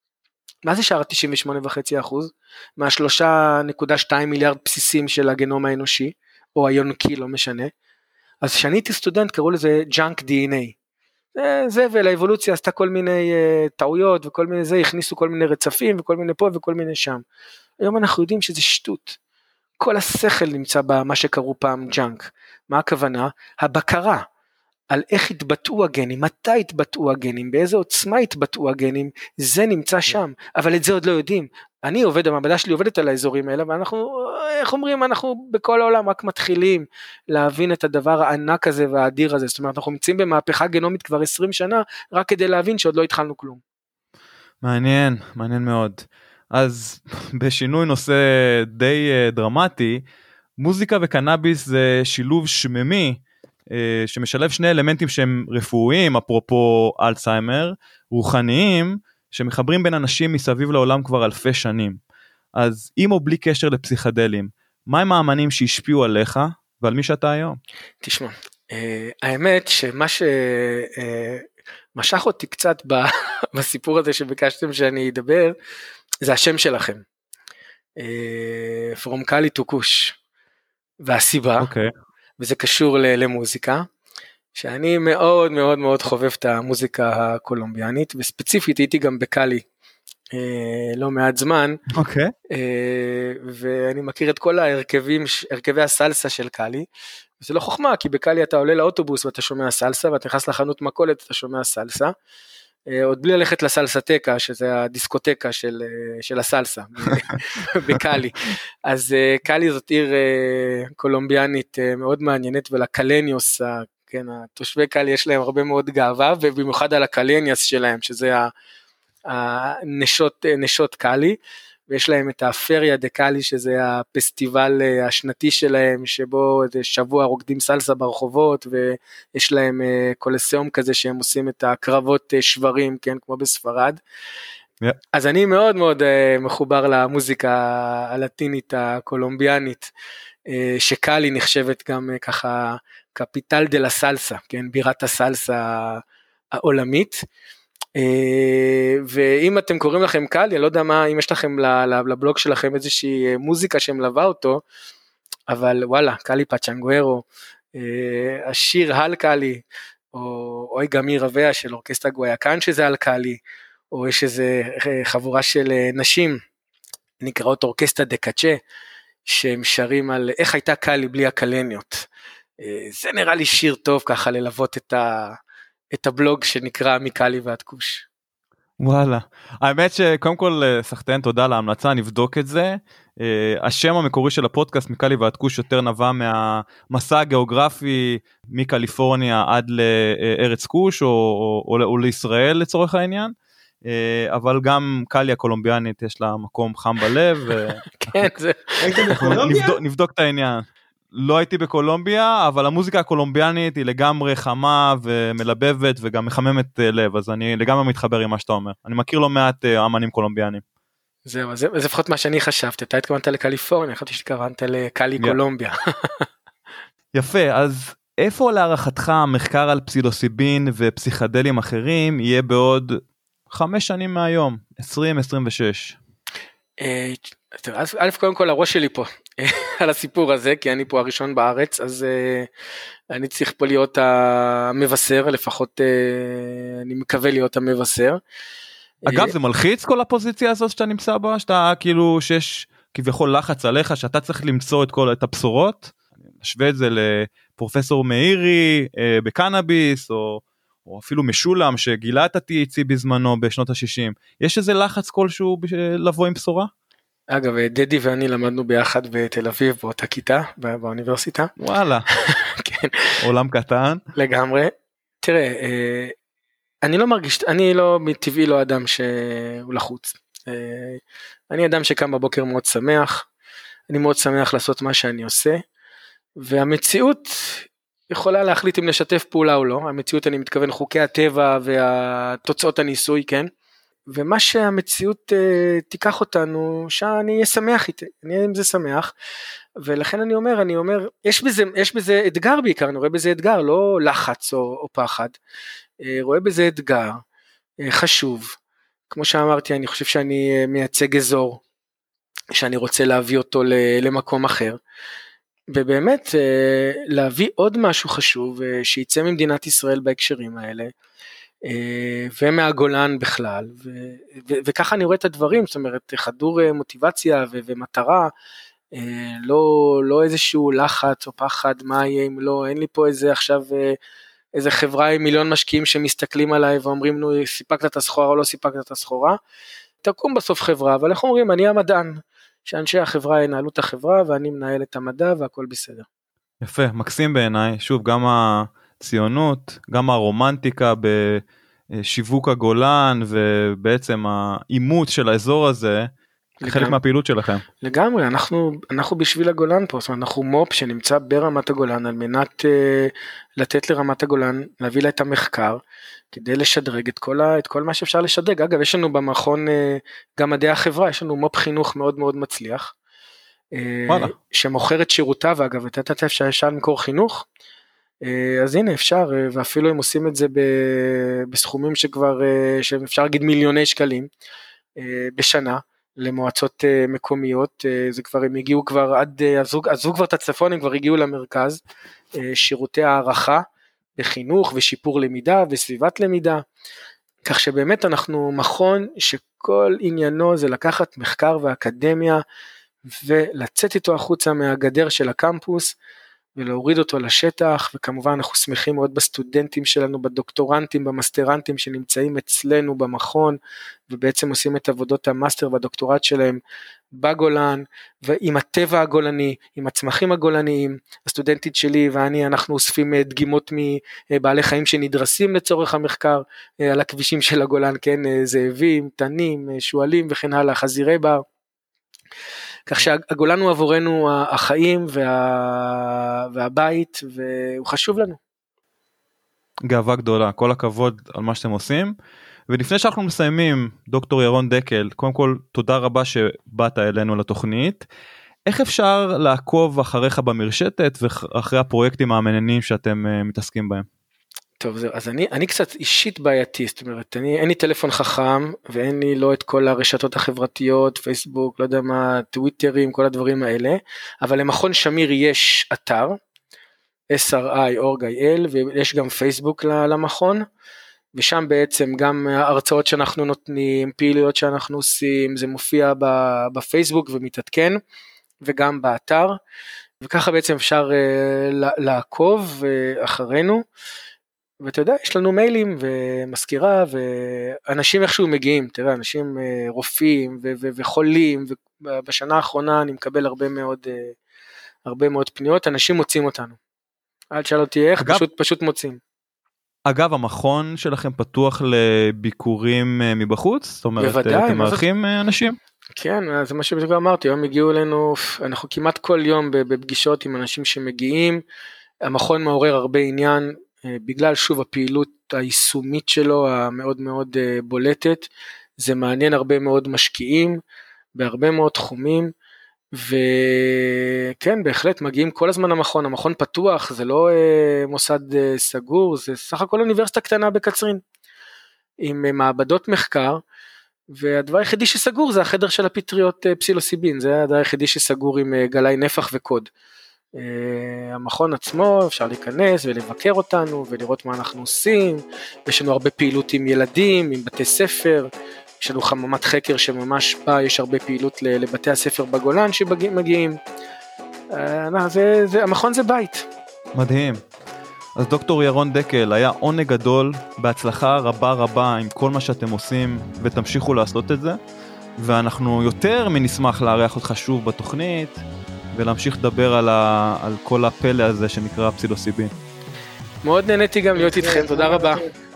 מה זה שאר תשעים ושמונה נקודה חמש אחוז? מה-שלוש נקודה שתיים מיליארד בסיסים של הגנום האנושי, או היונקי, לא משנה. אז כשאני הייתי סטודנט, קראו לזה ג'אנק די אן איי. זה, זה ולאבולוציה עשתה כל מיני uh, טעויות, וכל מיני זה, הכניסו כל מיני רצפים, וכל מיני פה וכל מיני שם. היום אנחנו יודעים שזה שטות. כל השכל נמצא במה שקראו פעם ג'אנק. מה הכוונה? הבקרה. על איך התבטאו הגנים, מתי התבטאו הגנים, באיזה עוצמה התבטאו הגנים, זה נמצא שם, אבל את זה עוד לא יודעים. אני עובד, המעבדה שלי עובדת על האזורים האלה, ואנחנו, איך אומרים, אנחנו בכל העולם רק מתחילים להבין את הדבר הענק הזה והאדיר הזה, זאת אומרת, אנחנו נמצאים במהפכה גנומית כבר עשרים שנה, רק כדי להבין שעוד לא התחלנו כלום. מעניין, מעניין מאוד. אז בשינוי נושא די דרמטי, מוזיקה וקנאביס זה שילוב שממי, שמשלב שני אלמנטים שהם רפואיים, אפרופו אלצהיימר, רוחניים, שמחברים בין אנשים מסביב לעולם כבר אלפי שנים. אז עם או בלי קשר לפסיכדלים, מה הם האמנים שהשפיעו עליך ועל מי שאתה היום? תשמע, האמת שמה שמשך אותי קצת בסיפור הזה שביקשתם שאני אדבר, זה השם שלכם. From Cali to Kush. והסיבה, אוקיי. וזה קשור למוזיקה, שאני מאוד מאוד מאוד חובב את המוזיקה הקולומביאנית, וספציפית הייתי גם בקאלי, לא מעט זמן, אוקיי. ואני מכיר את כל ההרכבים, הרכבי הסלסה של קאלי, וזה לא חוכמה, כי בקאלי אתה עולה לאוטובוס ואתה שומע סלסה, ואתה נכנס לחנות מכולת ואתה שומע סלסה, עוד בלי ללכת לסלסטקה, שזה הדיסקוטקה של, של הסלסה, בקאלי. אז קאלי זאת עיר קולומביאנית מאוד מעניינת, ולקלניוס, כן, התושבי קאלי יש להם הרבה מאוד גאווה, ובמיוחד על הקלניוס שלהם, שזה הנשות, נשות קאלי, ויש להם את הפריה דה קאלי, שזה הפסטיבל השנתי שלהם, שבו שבוע רוקדים סלסה ברחובות, ויש להם קולסיאום כזה, שהם עושים את הקרבות שברים, כן, כמו בספרד. Yeah. אז אני מאוד מאוד מחובר למוזיקה הלטינית הקולומביאנית, שקאלי נחשבת גם ככה, קפיטל דה לה סלסה, כן, בירת הסלסה העולמית, ואם אתם קוראים לכם קאלי, אני לא יודע מה, אם יש לכם לבלוג שלכם איזושהי מוזיקה שמלווה אותו, אבל וואלה, קאלי פצ'נגוארו, השיר על קאלי, או אוי גמי רביה של אורקסטרה גוויאקן שזה על קאלי, או יש איזה חבורה של נשים, נקראות אורקסטרה דה קאצ'ה, שהם שרים על איך הייתה קאלי בלי הקלניות, זה נראה לי שיר טוב ככה ללוות את ה... את הבלוג שנקרא מקאלי ועד כוש. וואלה, האמת שקודם כל סחטיין תודה על ההמלצה, נבדוק את זה, השם המקורי של הפודקאסט מקאלי ועד כוש יותר נבע מהמסע הגיאוגרפי מקליפורניה עד לארץ כוש או, או, או לישראל לצורך העניין, אבל גם קליה קולומביאנית יש לה מקום חם בלב. כן, זה... הייתם בקולומביה? נבדוק את העניין. לא הייתי בקולומביה, אבל המוזיקה הקולומביאנית היא לגמרי חמה ומלבבת וגם מחממת לב, אז אני לגמרי מתחבר עם מה שאתה אומר. אני מכיר לא מעט אמנים קולומביאנים. זהו, זה לפחות מה שאני חשבתי, אתה התכוונת לקליפורניה, חשבתי שהתכוונת לקלי קולומביה. יפה, אז איפה להערכתך המחקר על פסילוסיבין ופסיכדלים אחרים יהיה בעוד חמש שנים מהיום, עשרים עשרים ושש? א', קודם כל הראש שלי פה על הסיפור הזה, כי אני פה הראשון בארץ, אז אני צריך פה להיות המבשר, לפחות אני מקווה להיות המבשר. אגב, זה מלחיץ כל הפוזיציה הזאת שאתה נמצא בה, שאתה כאילו שיש כביכול לחץ עליך, שאתה צריך למצוא את כל את הבשורות, אני משווה את זה לפרופסור מאירי בקנאביס, או, או אפילו משולם שגילה את ה-טי אייץ' סי בזמנו בשנות ה-שישים, יש איזה לחץ כלשהו לבוא עם בשורה? אגב, דדי ואני למדנו ביחד בתל אביב, באותה כיתה, באוניברסיטה. וואלה, כן. עולם קטן. לגמרי. תראה, אני לא מרגיש, אני לא, מטבעי לא אדם שהוא לחוץ. אני אדם שקם בבוקר מאוד שמח, אני מאוד שמח לעשות מה שאני עושה, והמציאות יכולה להחליט אם לשתף פעולה או לא, המציאות אני מתכוון חוקי הטבע והתוצאות הניסוי, כן? ומה שהמציאות uh, תיקח אותנו, שאני אהיה שמח איתי, אני אהיה עם זה שמח, ולכן אני אומר, אני אומר, יש בזה, יש בזה אתגר בעיקר, אני רואה בזה אתגר, לא לחץ או, או פחד, uh, רואה בזה אתגר uh, חשוב, כמו שאמרתי, אני חושב שאני uh, מייצג אזור, שאני רוצה להביא אותו למקום אחר, ובאמת uh, להביא עוד משהו חשוב, uh, שיצא ממדינת ישראל בהקשרים האלה, ומהגולן בכלל, ו- ו- וככה אני רואה את הדברים, זאת אומרת, חדור מוטיבציה ו- ומטרה, לא, לא איזשהו לחץ או פחד, מה יהיה אם לא, אין לי פה איזה עכשיו, איזה חברה עם מיליון משקיעים שמסתכלים עליי ואומרים, נו, סיפקת את הסחורה או לא סיפקת את הסחורה, תקום בסוף חברה, אבל איך אומרים, אני המדען, שאנשי החברה ינהלו את החברה, ואני מנהל את המדע והכל בסדר. יפה, מקסים בעיניי, שוב, גם ה... ציונות, גם הרומנטיקה בשיווק הגולן, ובעצם האימות של האזור הזה, חלק מהפעילות שלכם. לגמרי, אנחנו, אנחנו בשביל הגולן פה, זאת אומרת, אנחנו מופ שנמצא ברמת הגולן, על מנת uh, לתת לרמת הגולן, להביא לה את המחקר, כדי לשדרג את כל, ה, את כל מה שאפשר לשדרג. אגב, יש לנו במכון, uh, גם מדעי החברה, יש לנו מופ חינוך מאוד מאוד מצליח, uh, שמוכר את שירותיו, אגב, את התת אפשר אפשר למכור חינוך, אז הנה אפשר, ואפילו הם עושים את זה בסכומים שכבר, שאפשר להגיד מיליוני שקלים בשנה, למועצות מקומיות, זה כבר, הם הגיעו כבר עד, עזבו, עזבו כבר את הצפון, הם כבר הגיעו למרכז, שירותי הערכה בחינוך ושיפור למידה וסביבת למידה, כך שבאמת אנחנו מכון שכל עניינו זה לקחת מחקר ואקדמיה, ולצאת איתו החוצה מהגדר של הקמפוס, ולהוריד אותו לשטח, וכמובן אנחנו שמחים מאוד בסטודנטים שלנו, בדוקטורנטים, במסטרנטים שנמצאים אצלנו במכון, ובעצם עושים את עבודות המאסטר והדוקטורט שלהם בגולן, ועם הטבע הגולני, עם הצמחים הגולניים, הסטודנטית שלי ואני, אנחנו אוספים דגימות מבעלי חיים שנדרסים לצורך המחקר, על הכבישים של הגולן, כן, זאבים, תנים, שואלים וכן הלאה, חזירי בר, כך שהגולן הוא עבורנו החיים וה... והבית, והוא חשוב לנו. גאווה גדולה, כל הכבוד על מה שאתם עושים, ולפני שאנחנו מסיימים, דוקטור ירון דקל, קודם כל תודה רבה שבאת אלינו לתוכנית, איך אפשר לעקוב אחריך במרשתת, ואחרי הפרויקטים המעניינים שאתם uh, מתעסקים בהם? טוב, זהו, אז אני, אני קצת אישית בעייתי, זאת אומרת, אני, אין לי טלפון חכם, ואין לי לא את כל הרשתות החברתיות, פייסבוק, לא יודע מה, טוויטרים, כל הדברים האלה, אבל למכון שמיר יש אתר, אס אר איי דוט אורג דוט איי אל, ויש גם פייסבוק למכון, ושם בעצם גם הרצאות שאנחנו נותנים, פעילויות שאנחנו עושים, זה מופיע בפייסבוק ומתעדכן, וגם באתר, וככה בעצם אפשר לעקוב אחרינו, ואתה יודע, יש לנו מיילים ומזכירה, ואנשים איכשהו מגיעים, תראה, אנשים רופאים ו- ו- וחולים, ובשנה האחרונה אני מקבל הרבה מאוד, הרבה מאוד פניות, אנשים מוצאים אותנו. אל תשאל אותי איך, פשוט, פשוט מוצאים. אגב, המכון שלכם פתוח לביקורים מבחוץ? זאת אומרת, בוודאי, אתם מארחים אנשים? כן, זה מה שבדיוק אמרתי, היום הגיעו אלינו, אנחנו כמעט כל יום בפגישות עם אנשים שמגיעים, המכון מעורר הרבה עניין, בגלל שוב הפעילות היישומית שלו, המאוד מאוד בולטת, זה מעניין הרבה מאוד משקיעים, בהרבה מאוד תחומים, וכן, בהחלט מגיעים כל הזמן למכון, המכון פתוח, זה לא מוסד סגור, זה סך הכל אוניברסיטה קטנה בקצרין, עם מעבדות מחקר, והדבר היחידי שסגור זה החדר של הפטריות פסילוסיבין, זה הדבר היחידי שסגור עם גלאי נפח וקוד. המכון עצמו אפשר להיכנס ולבקר אותנו ולראות מה אנחנו עושים, יש לנו הרבה פעילות עם ילדים, עם בתי ספר, יש לנו חממת חקר שממש בה יש הרבה פעילות לבתי הספר בגולן שמגיעים, זה, זה, המכון זה בית. מדהים. אז דוקטור ירון דקל, היה עונג גדול, בהצלחה רבה רבה עם כל מה שאתם עושים, ותמשיכו לעשות את זה, ואנחנו יותר מנשמח לארח אותך שוב בתוכנית, ולהמשיך לדבר על, ה... על כל הפלא הזה שנקרא פסילוסיבין. מאוד נהניתי גם להיות איתכם, תודה רבה.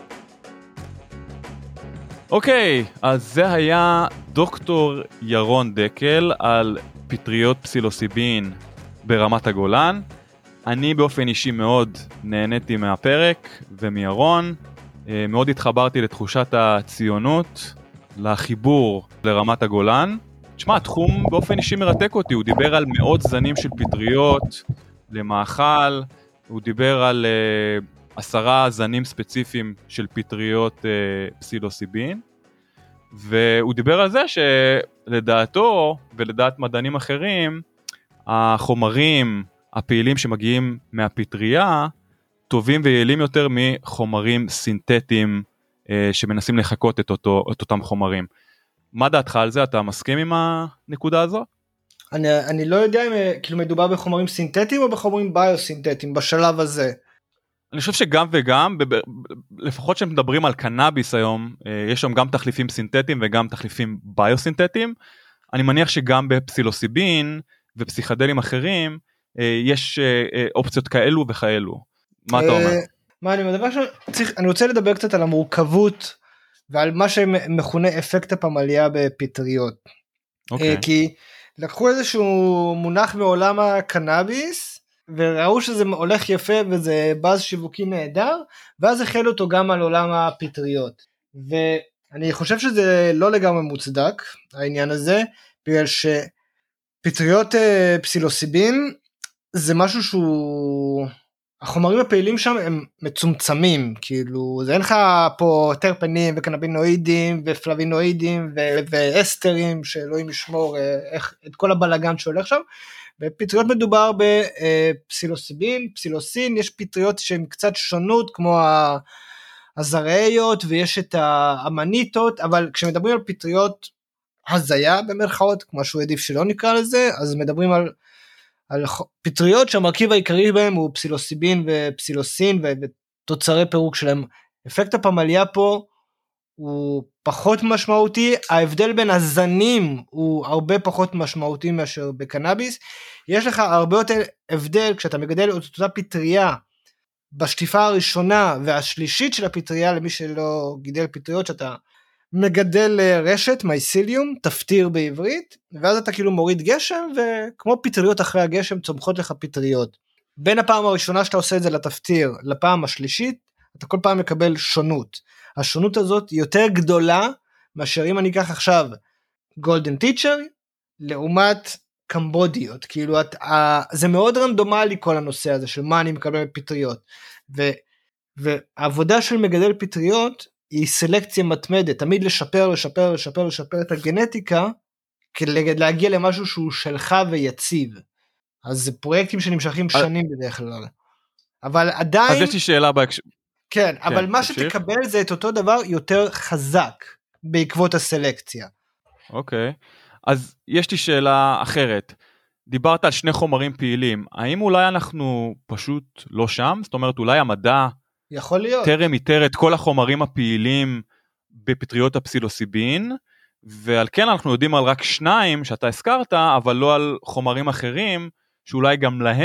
אוקיי, אז זה היה דוקטור ירון דקל על פטריות פסילוסיבין ברמת הגולן. אני באופן אישי מאוד נהניתי מהפרק ומירון, מאוד התחברתי לתחושת הציונות, לחיבור לרמת הגולן. תשמע, התחום באופן אישי מרתק אותי, הוא דיבר על מאות זנים של פטריות למאכל, הוא דיבר על uh, עשרה זנים ספציפיים של פטריות uh, פסילוסיבין, והוא דיבר על זה שלדעתו ולדעת מדענים אחרים, החומרים הפעילים שמגיעים מהפטריה, טובים ויעילים יותר מחומרים סינתטיים אה, שמנסים לחקות את, אותו, את אותם חומרים. מה דעתך על זה? אתה מסכים עם הנקודה הזו? אני, אני לא יודע אם כאילו מדובר בחומרים סינתטיים או בחומרים ביוסינתטיים בשלב הזה. אני חושב שגם וגם, ב- ב- לפחות שמדברים על קנאביס היום, אה, יש שם גם תחליפים סינתטיים וגם תחליפים ביוסינתטיים. אני מניח שגם בפסילוסיבין ופסיכדלים אחרים, יש אופציות כאלו וכאלו. מה אתה אומר? מה אני מדבר עכשיו? אני רוצה לדבר קצת על המורכבות ועל מה שמכונה אפקט הפמליה בפטריות. כי לקחו איזשהו מונח מעולם הקנאביס וראו שזה הולך יפה וזה באז שיווקי נהדר, ואז החלו אותו גם על עולם הפטריות. ואני חושב שזה לא לגמרי מוצדק העניין הזה, בגלל שפטריות פסילוסיבין זה משהו שהוא, החומרים הפעילים שם הם מצומצמים, כאילו, זה אין לך פה טרפנים וקנבינואידים ופלבינואידים ו- ואסטרים, שאלוהים ישמור איך, את כל הבלגן שהולך שם. בפטריות מדובר בפסילוסיבין, פסילוסין, יש פטריות שהן קצת שונות, כמו הזרעיות, ויש את האמניטות, אבל כשמדברים על פטריות הזיה במרכאות, כמו שהוא עדיף שלא נקרא לזה, אז מדברים על על פטריות שהמרכיב העיקרי בהם הוא פסילוסיבין ופסילוסין ותוצרי פירוק שלהם. אפקט הפמליה פה הוא פחות משמעותי, ההבדל בין הזנים הוא הרבה פחות משמעותי מאשר בקנאביס, יש לך הרבה יותר הבדל כשאתה מגדל את אותה פטריה בשטיפה הראשונה והשלישית של הפטריה, למי שלא גידל פטריות, שאתה מגדל רשת, מייסיליום, תפטיר בעברית, ואז אתה כאילו מוריד גשם, וכמו פטריות אחרי הגשם צומחות לך פטריות. בין הפעם הראשונה שאתה עושה את זה לתפטיר, לפעם השלישית, אתה כל פעם מקבל שונות. השונות הזאת היא יותר גדולה, מאשר אם אני אקח עכשיו גולדן טיצ'ר, לעומת קמבודיות, כאילו את, ה, זה מאוד רנדומלי כל הנושא הזה, של מה אני מקבל בפטריות, ו, והעבודה של מגדל פטריות, היא סלקציה מתמדת, תמיד לשפר, לשפר, לשפר, לשפר את הגנטיקה, כדי להגיע למשהו שהוא שלך ויציב. אז זה פרויקטים שנמשכים שנים בדרך כלל. אבל עדיין... אז יש לי שאלה בהקשר... כן, אבל מה שתקבל זה את אותו דבר יותר חזק, בעקבות הסלקציה. אוקיי, אז יש לי שאלה אחרת. דיברת על שני חומרים פעילים, האם אולי אנחנו פשוט לא שם? זאת אומרת, אולי המדע... יכול להיות. טרם איתר את כל החומרים הפעילים בפטריות הפסילוסיבין, ועל כן אנחנו יודעים על רק שניים שאתה הזכרת, אבל לא על חומרים אחרים, שאולי גם להם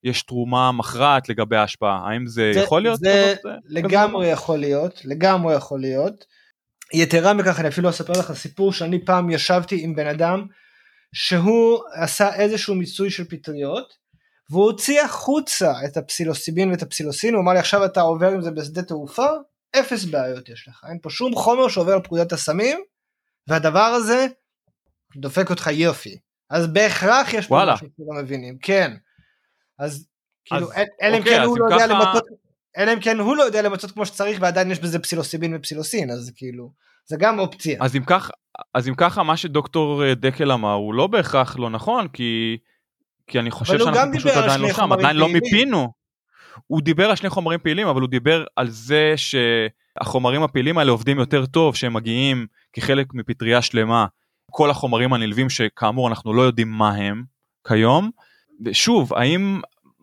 יש תרומה מכרעת לגבי ההשפעה. האם זה, זה יכול להיות? זה כזאת, לגמרי כזאת? יכול להיות, לגמרי יכול להיות. יתרה מכך, אני אפילו אספר לך סיפור שאני פעם ישבתי עם בן אדם, שהוא עשה איזשהו מיצוי של פטריות, והוא הוציא החוצה את הפסילוסיבין ואת הפסילוסין, הוא אמר לי עכשיו אתה עובר עם זה בשדה תעופה, אפס בעיות יש לך, אין פה שום חומר שעובר על פקודת הסמים, והדבר הזה דופק אותך יופי, אז בהכרח יש פה משהו שלא מבינים, כן, אז כאילו, אלא אם כן הוא לא יודע למצות, אלא אם כן הוא לא יודע למצות כמו שצריך, ועדיין יש בזה פסילוסיבין ופסילוסין, אז כאילו, זה גם אופציה. אז אם כך, אז אם ככה, מה שדוקטור דקל אמר, הוא לא בהכרח לא נכון, כי, כי אני חושב שאנחנו פשוט עדיין לא שם, עדיין לא מיפינו. הוא דיבר על שני חומרים פעילים, אבל הוא דיבר על זה שהחומרים הפעילים האלה עובדים יותר טוב, שהם מגיעים כחלק מפטריה שלמה, כל החומרים הנלווים שכאמור אנחנו לא יודעים מה הם כיום. ושוב, האם,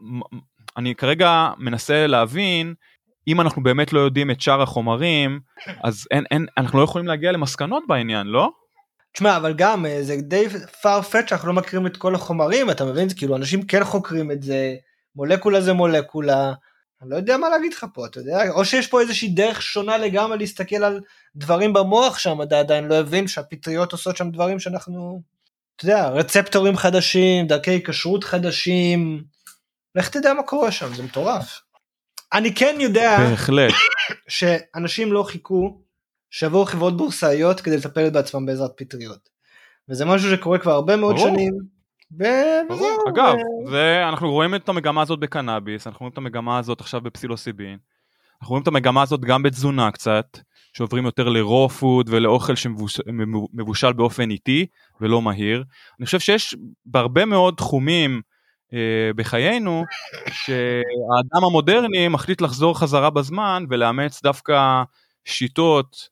אני כרגע מנסה להבין, אם אנחנו באמת לא יודעים את שאר החומרים, אז אין, אין, אנחנו לא יכולים להגיע למסקנות בעניין, לא? תשמע, אבל גם, זה די farfetch, אנחנו לא מכירים את כל החומרים, אתה מבין? זה כאילו, אנשים כן חוקרים את זה, מולקולה זה מולקולה, אני לא יודע מה להגיד לך פה, אתה יודע? או שיש פה איזושהי דרך שונה לגמרי, להסתכל על דברים במוח שם, אתה עדיין לא הבין שהפטריות עושות שם דברים שאנחנו, אתה יודע, רצפטורים חדשים, דרכי כשרות חדשים, לך תדע מה קורה שם, זה מטורף. אני כן יודע בהחלט. שאנשים לא חיכו שעבור חברות בורסאיות כדי לטפל בעצמם בעזרת פטריות. וזה משהו שקורה כבר הרבה מאוד ברור. שנים. ברור. אגב, ו... זה, אנחנו רואים את המגמה הזאת בקנאביס, אנחנו רואים את המגמה הזאת עכשיו בפסילוסיבין, אנחנו רואים את המגמה הזאת גם בתזונה קצת, שעוברים יותר לרו פוד ולאוכל שמבושל באופן איטי ולא מהיר. אני חושב שיש בהרבה מאוד תחומים בחיינו, שהאדם המודרני מחליט לחזור חזרה בזמן, ולאמץ דווקא שיטות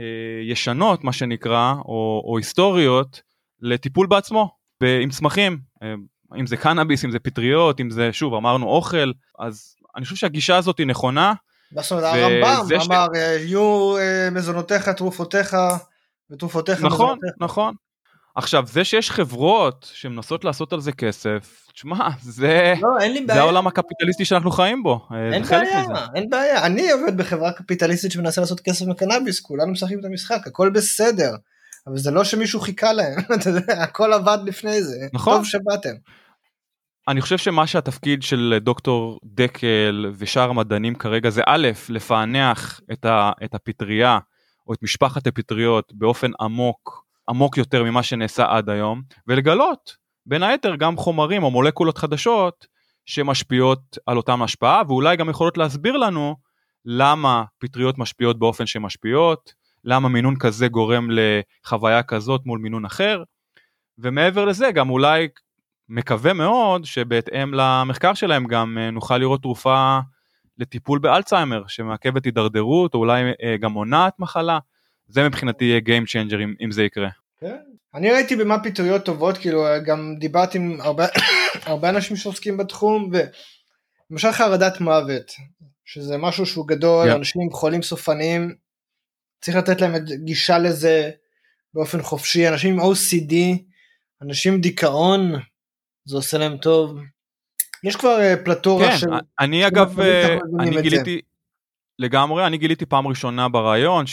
ישנות, מה שנקרא, או, או היסטוריות, לטיפול בעצמו, עם צמחים, אם זה קנאביס, אם זה פטריות, אם זה, שוב, אמרנו אוכל, אז אני חושב שהגישה הזאת היא נכונה. זאת הרמב"ם אמר, יהיו מזונותיך, תרופותיך, ותרופותיך נכון, מזונותיך. נכון. עכשיו, זה שיש חברות שמנסות לעשות על זה כסף, תשמע, זה, לא, זה העולם הקפיטליסטי שאנחנו חיים בו. אין בעיה, אין בעיה. אני עובד בחברה קפיטליסטית שמנסה לעשות כסף מקנאביס, כולנו משחקים את המשחק, הכל בסדר. אבל זה לא שמישהו חיכה להם, אתה יודע, הכל עבד לפני זה. נכון. טוב שבאתם. אני חושב שמה שהתפקיד של דוקטור דקל ושאר המדענים כרגע זה א', לפענח את, ה, את הפטריה, או את משפחת הפטריות באופן עמוק, עמוק יותר ממה שנעשה עד היום, ולגלות בין היתר גם חומרים או מולקולות חדשות שמשפיעות על אותם השפעה, ואולי גם יכולות להסביר לנו למה פטריות משפיעות באופן שמשפיעות, למה מינון כזה גורם לחוויה כזאת מול מינון אחר, ומעבר לזה גם אולי מקווה מאוד שבהתאם למחקר שלהם גם נוכל לראות תרופה לטיפול באלצהיימר, שמעכבת הידרדרות, או אולי גם מונעת מחלה. זה מבחינתי יהיה game changer אם, אם זה יקרה. כן. אני ראיתי במה פטריות טובות, כאילו גם דיברתי עם הרבה, הרבה אנשים שעוסקים בתחום, ולמשל חרדת מוות, שזה משהו שהוא גדול, yeah. אנשים חולים סופניים, צריך לתת להם גישה לזה באופן חופשי, אנשים עם או סי די, אנשים עם דיכאון, זה עושה להם טוב. יש כבר פלטורה כן, של... אני אגב, אני גיליתי, לגמרי, אני גיליתי פעם ראשונה ברעיון,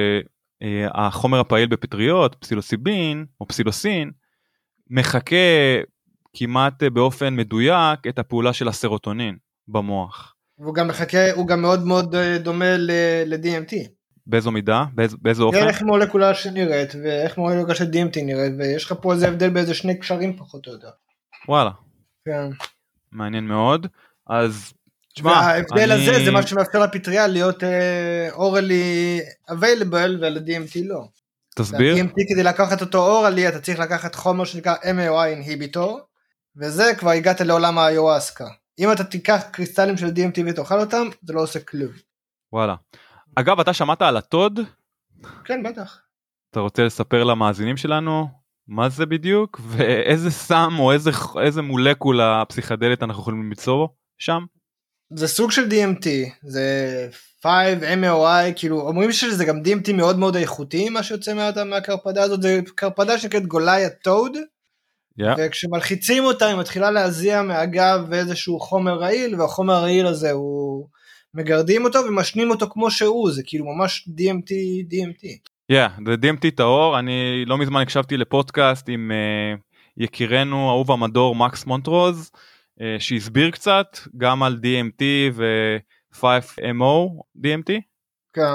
שהחומר הפעיל בפטריות, פסילוסיבין, או פסילוסין, מחכה כמעט באופן מדויק, את הפעולה של הסרוטונין במוח. והוא גם מחכה, הוא גם מאוד מאוד דומה ל-די אם טי. באיזו מידה? באיז, באיזו אופן? איך מולקולה שנראית, ואיך מולקולה של די אם טי נראית, ויש לך פה איזה הבדל באיזה שני קשרים פחות או יותר. וואלה. כן. מעניין מאוד. אז, תשמע, וההבדל אני... הזה זה מה שמאפשר לפטריה להיות אורלי uh, available, ול-די אם טי לא. תסביר. ל-די אם טי כדי לקחת אותו אורלי, אתה צריך לקחת חומר שנקרא אם איי וואי inhibitor, וזה כבר הגעת לעולם האיוואסקה. אם אתה תיקח קריסטלים של די אם טי ותאכל אותם, זה לא עושה כלום. וואלה. אגב, אתה שמעת על הטוד? כן, בטח. אתה רוצה לספר למאזינים שלנו מה זה בדיוק, ואיזה סם או איזה, איזה מולקולה פסיכדלית אנחנו יכולים למצוא שם? זה סוג של די אם טי, זה חמש אם איי וואי, כאילו אומרים שזה גם די אם טי מאוד מאוד איכותי, מה שיוצא מה, מהקרפדה הזאת, זה קרפדה שנקראת גולאיה טוד, Yeah. וכשמלחיצים אותה היא מתחילה להזיע מהגב איזשהו חומר רעיל, והחומר הרעיל הזה הוא מגרדים אותו ומשנים אותו כמו שהוא, זה כאילו ממש די אם טי, די אם טי. Yeah, זה די אם טי טהור. אני לא מזמן הקשבתי לפודקאסט עם uh, יקירנו אהוב המדור מקס מונטרוז, uh, שהסביר קצת גם על די אם טי ו-פייב אם או די אם טי. כן.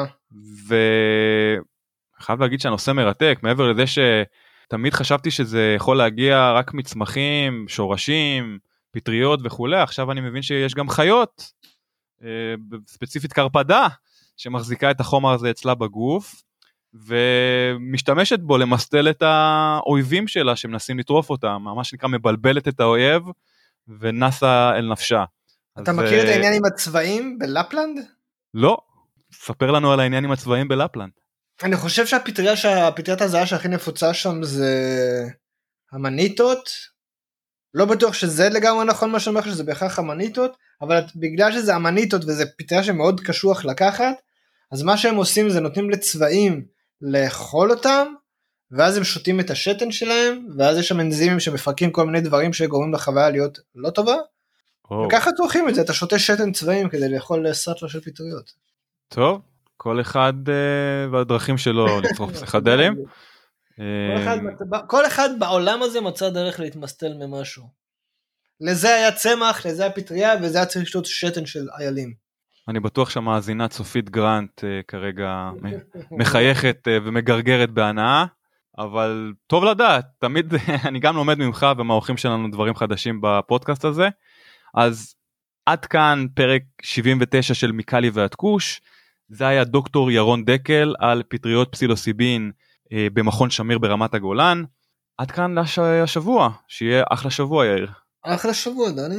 וחייב להגיד שהנושא מרתק, מעבר לזה שתמיד חשבתי שזה יכול להגיע רק מצמחים, שורשים, פטריות וכו', עכשיו אני מבין שיש גם חיות, ספציפית קרפדה, שמחזיקה את החומר הזה אצלה בגוף, ומשתמשת בו למסטל את האויבים שלה, שמנסים לטרוף אותם, מה שנקרא מבלבלת את האויב, ונסה אל נפשה. אתה אז, מכיר את העניין עם הצבעים בלפלנד? לא. ספר לנו על העניין עם הצבעים בלפלנד. אני חושב שהפטריה, שהפטריית הזהה שהכי נפוצה שם זה המניטות. לא בטוח שזה לגמרי נכון מה שאומר שזה בהכרח המניטות, אבל בגלל שזה המניטות וזה פטריה שמאוד קשוח לקחת, אז מה שהם עושים זה נותנים לצבעים לאכול אותם, ואז הם שותים את השתן שלהם, ואז יש שם אנזימים שמפרקים כל מיני דברים שגורמים לחוויה להיות לא טובה, oh. וככה צורכים את זה, אתה שותה שתן צבעים כדי לאכול סטלה של פטריות. טוב, כל אחד uh, והדרכים שלו לצרוך פסיכדלים. כל אחד, כל אחד בעולם הזה מצא דרך להתמסטל ממשהו. לזה היה צמח, לזה היה פטריה, וזה היה צריך לשתות שתן של איילים. אני בטוח שהמאזינה צופית גרנט uh, כרגע מחייכת uh, ומגרגרת בהנאה, אבל טוב לדעת, תמיד אני גם לומד ממך ומהאורחים שלנו דברים חדשים בפודקאסט הזה, אז עד כאן פרק שבעים ותשע של מיקלי והדקוש, זה היה דוקטור ירון דקל על פטריות פסילוסיבין אה, במכון שמיר ברמת הגולן, עד כאן לש... השבוע, שיהיה אחלה שבוע יאיר. אחלה שבוע דני.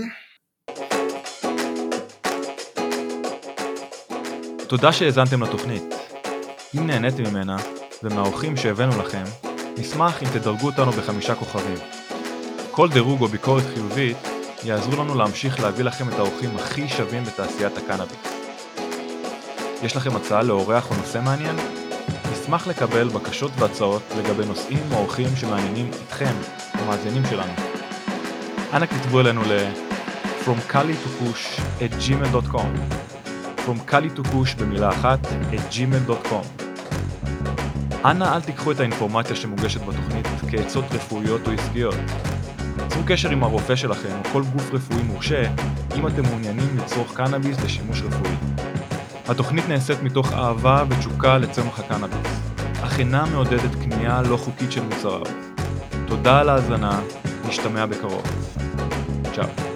תודה שהאזנתם לתוכנית, אם נהניתם ממנה ומהאורחים שהבאנו לכם, נשמח אם תדרגו אותנו בחמישה כוכבים. כל דירוג או ביקורת חיובית יעזרו לנו להמשיך להביא לכם את האורחים הכי שווים בתעשיית הקנאביס. יש לכם הצעה לאורח או נושא מעניין? נשמח לקבל בקשות והצעות לגבי נושאים או אורחים שמעניינים אתכם, המאזינים שלנו. אנא כתבו אלינו ל from kali to push at gmail dot com from kali to push במילה אחת at gmail dot com. אנא אל תיקחו את האינפורמציה שמוגשת בתוכנית כעצות רפואיות או עסקיות. צרו קשר עם הרופא שלכם או כל גוף רפואי מורשה אם אתם מעוניינים לצרוך קנאביס לשימוש רפואי. התוכנית נעשית מתוך אהבה ותשוקה לצמח הקנאביס, אך אינה מעודדת קנייה לא חוקית של מוצריו. תודה על ההאזנה, נשתמע בקרוב. צ'או.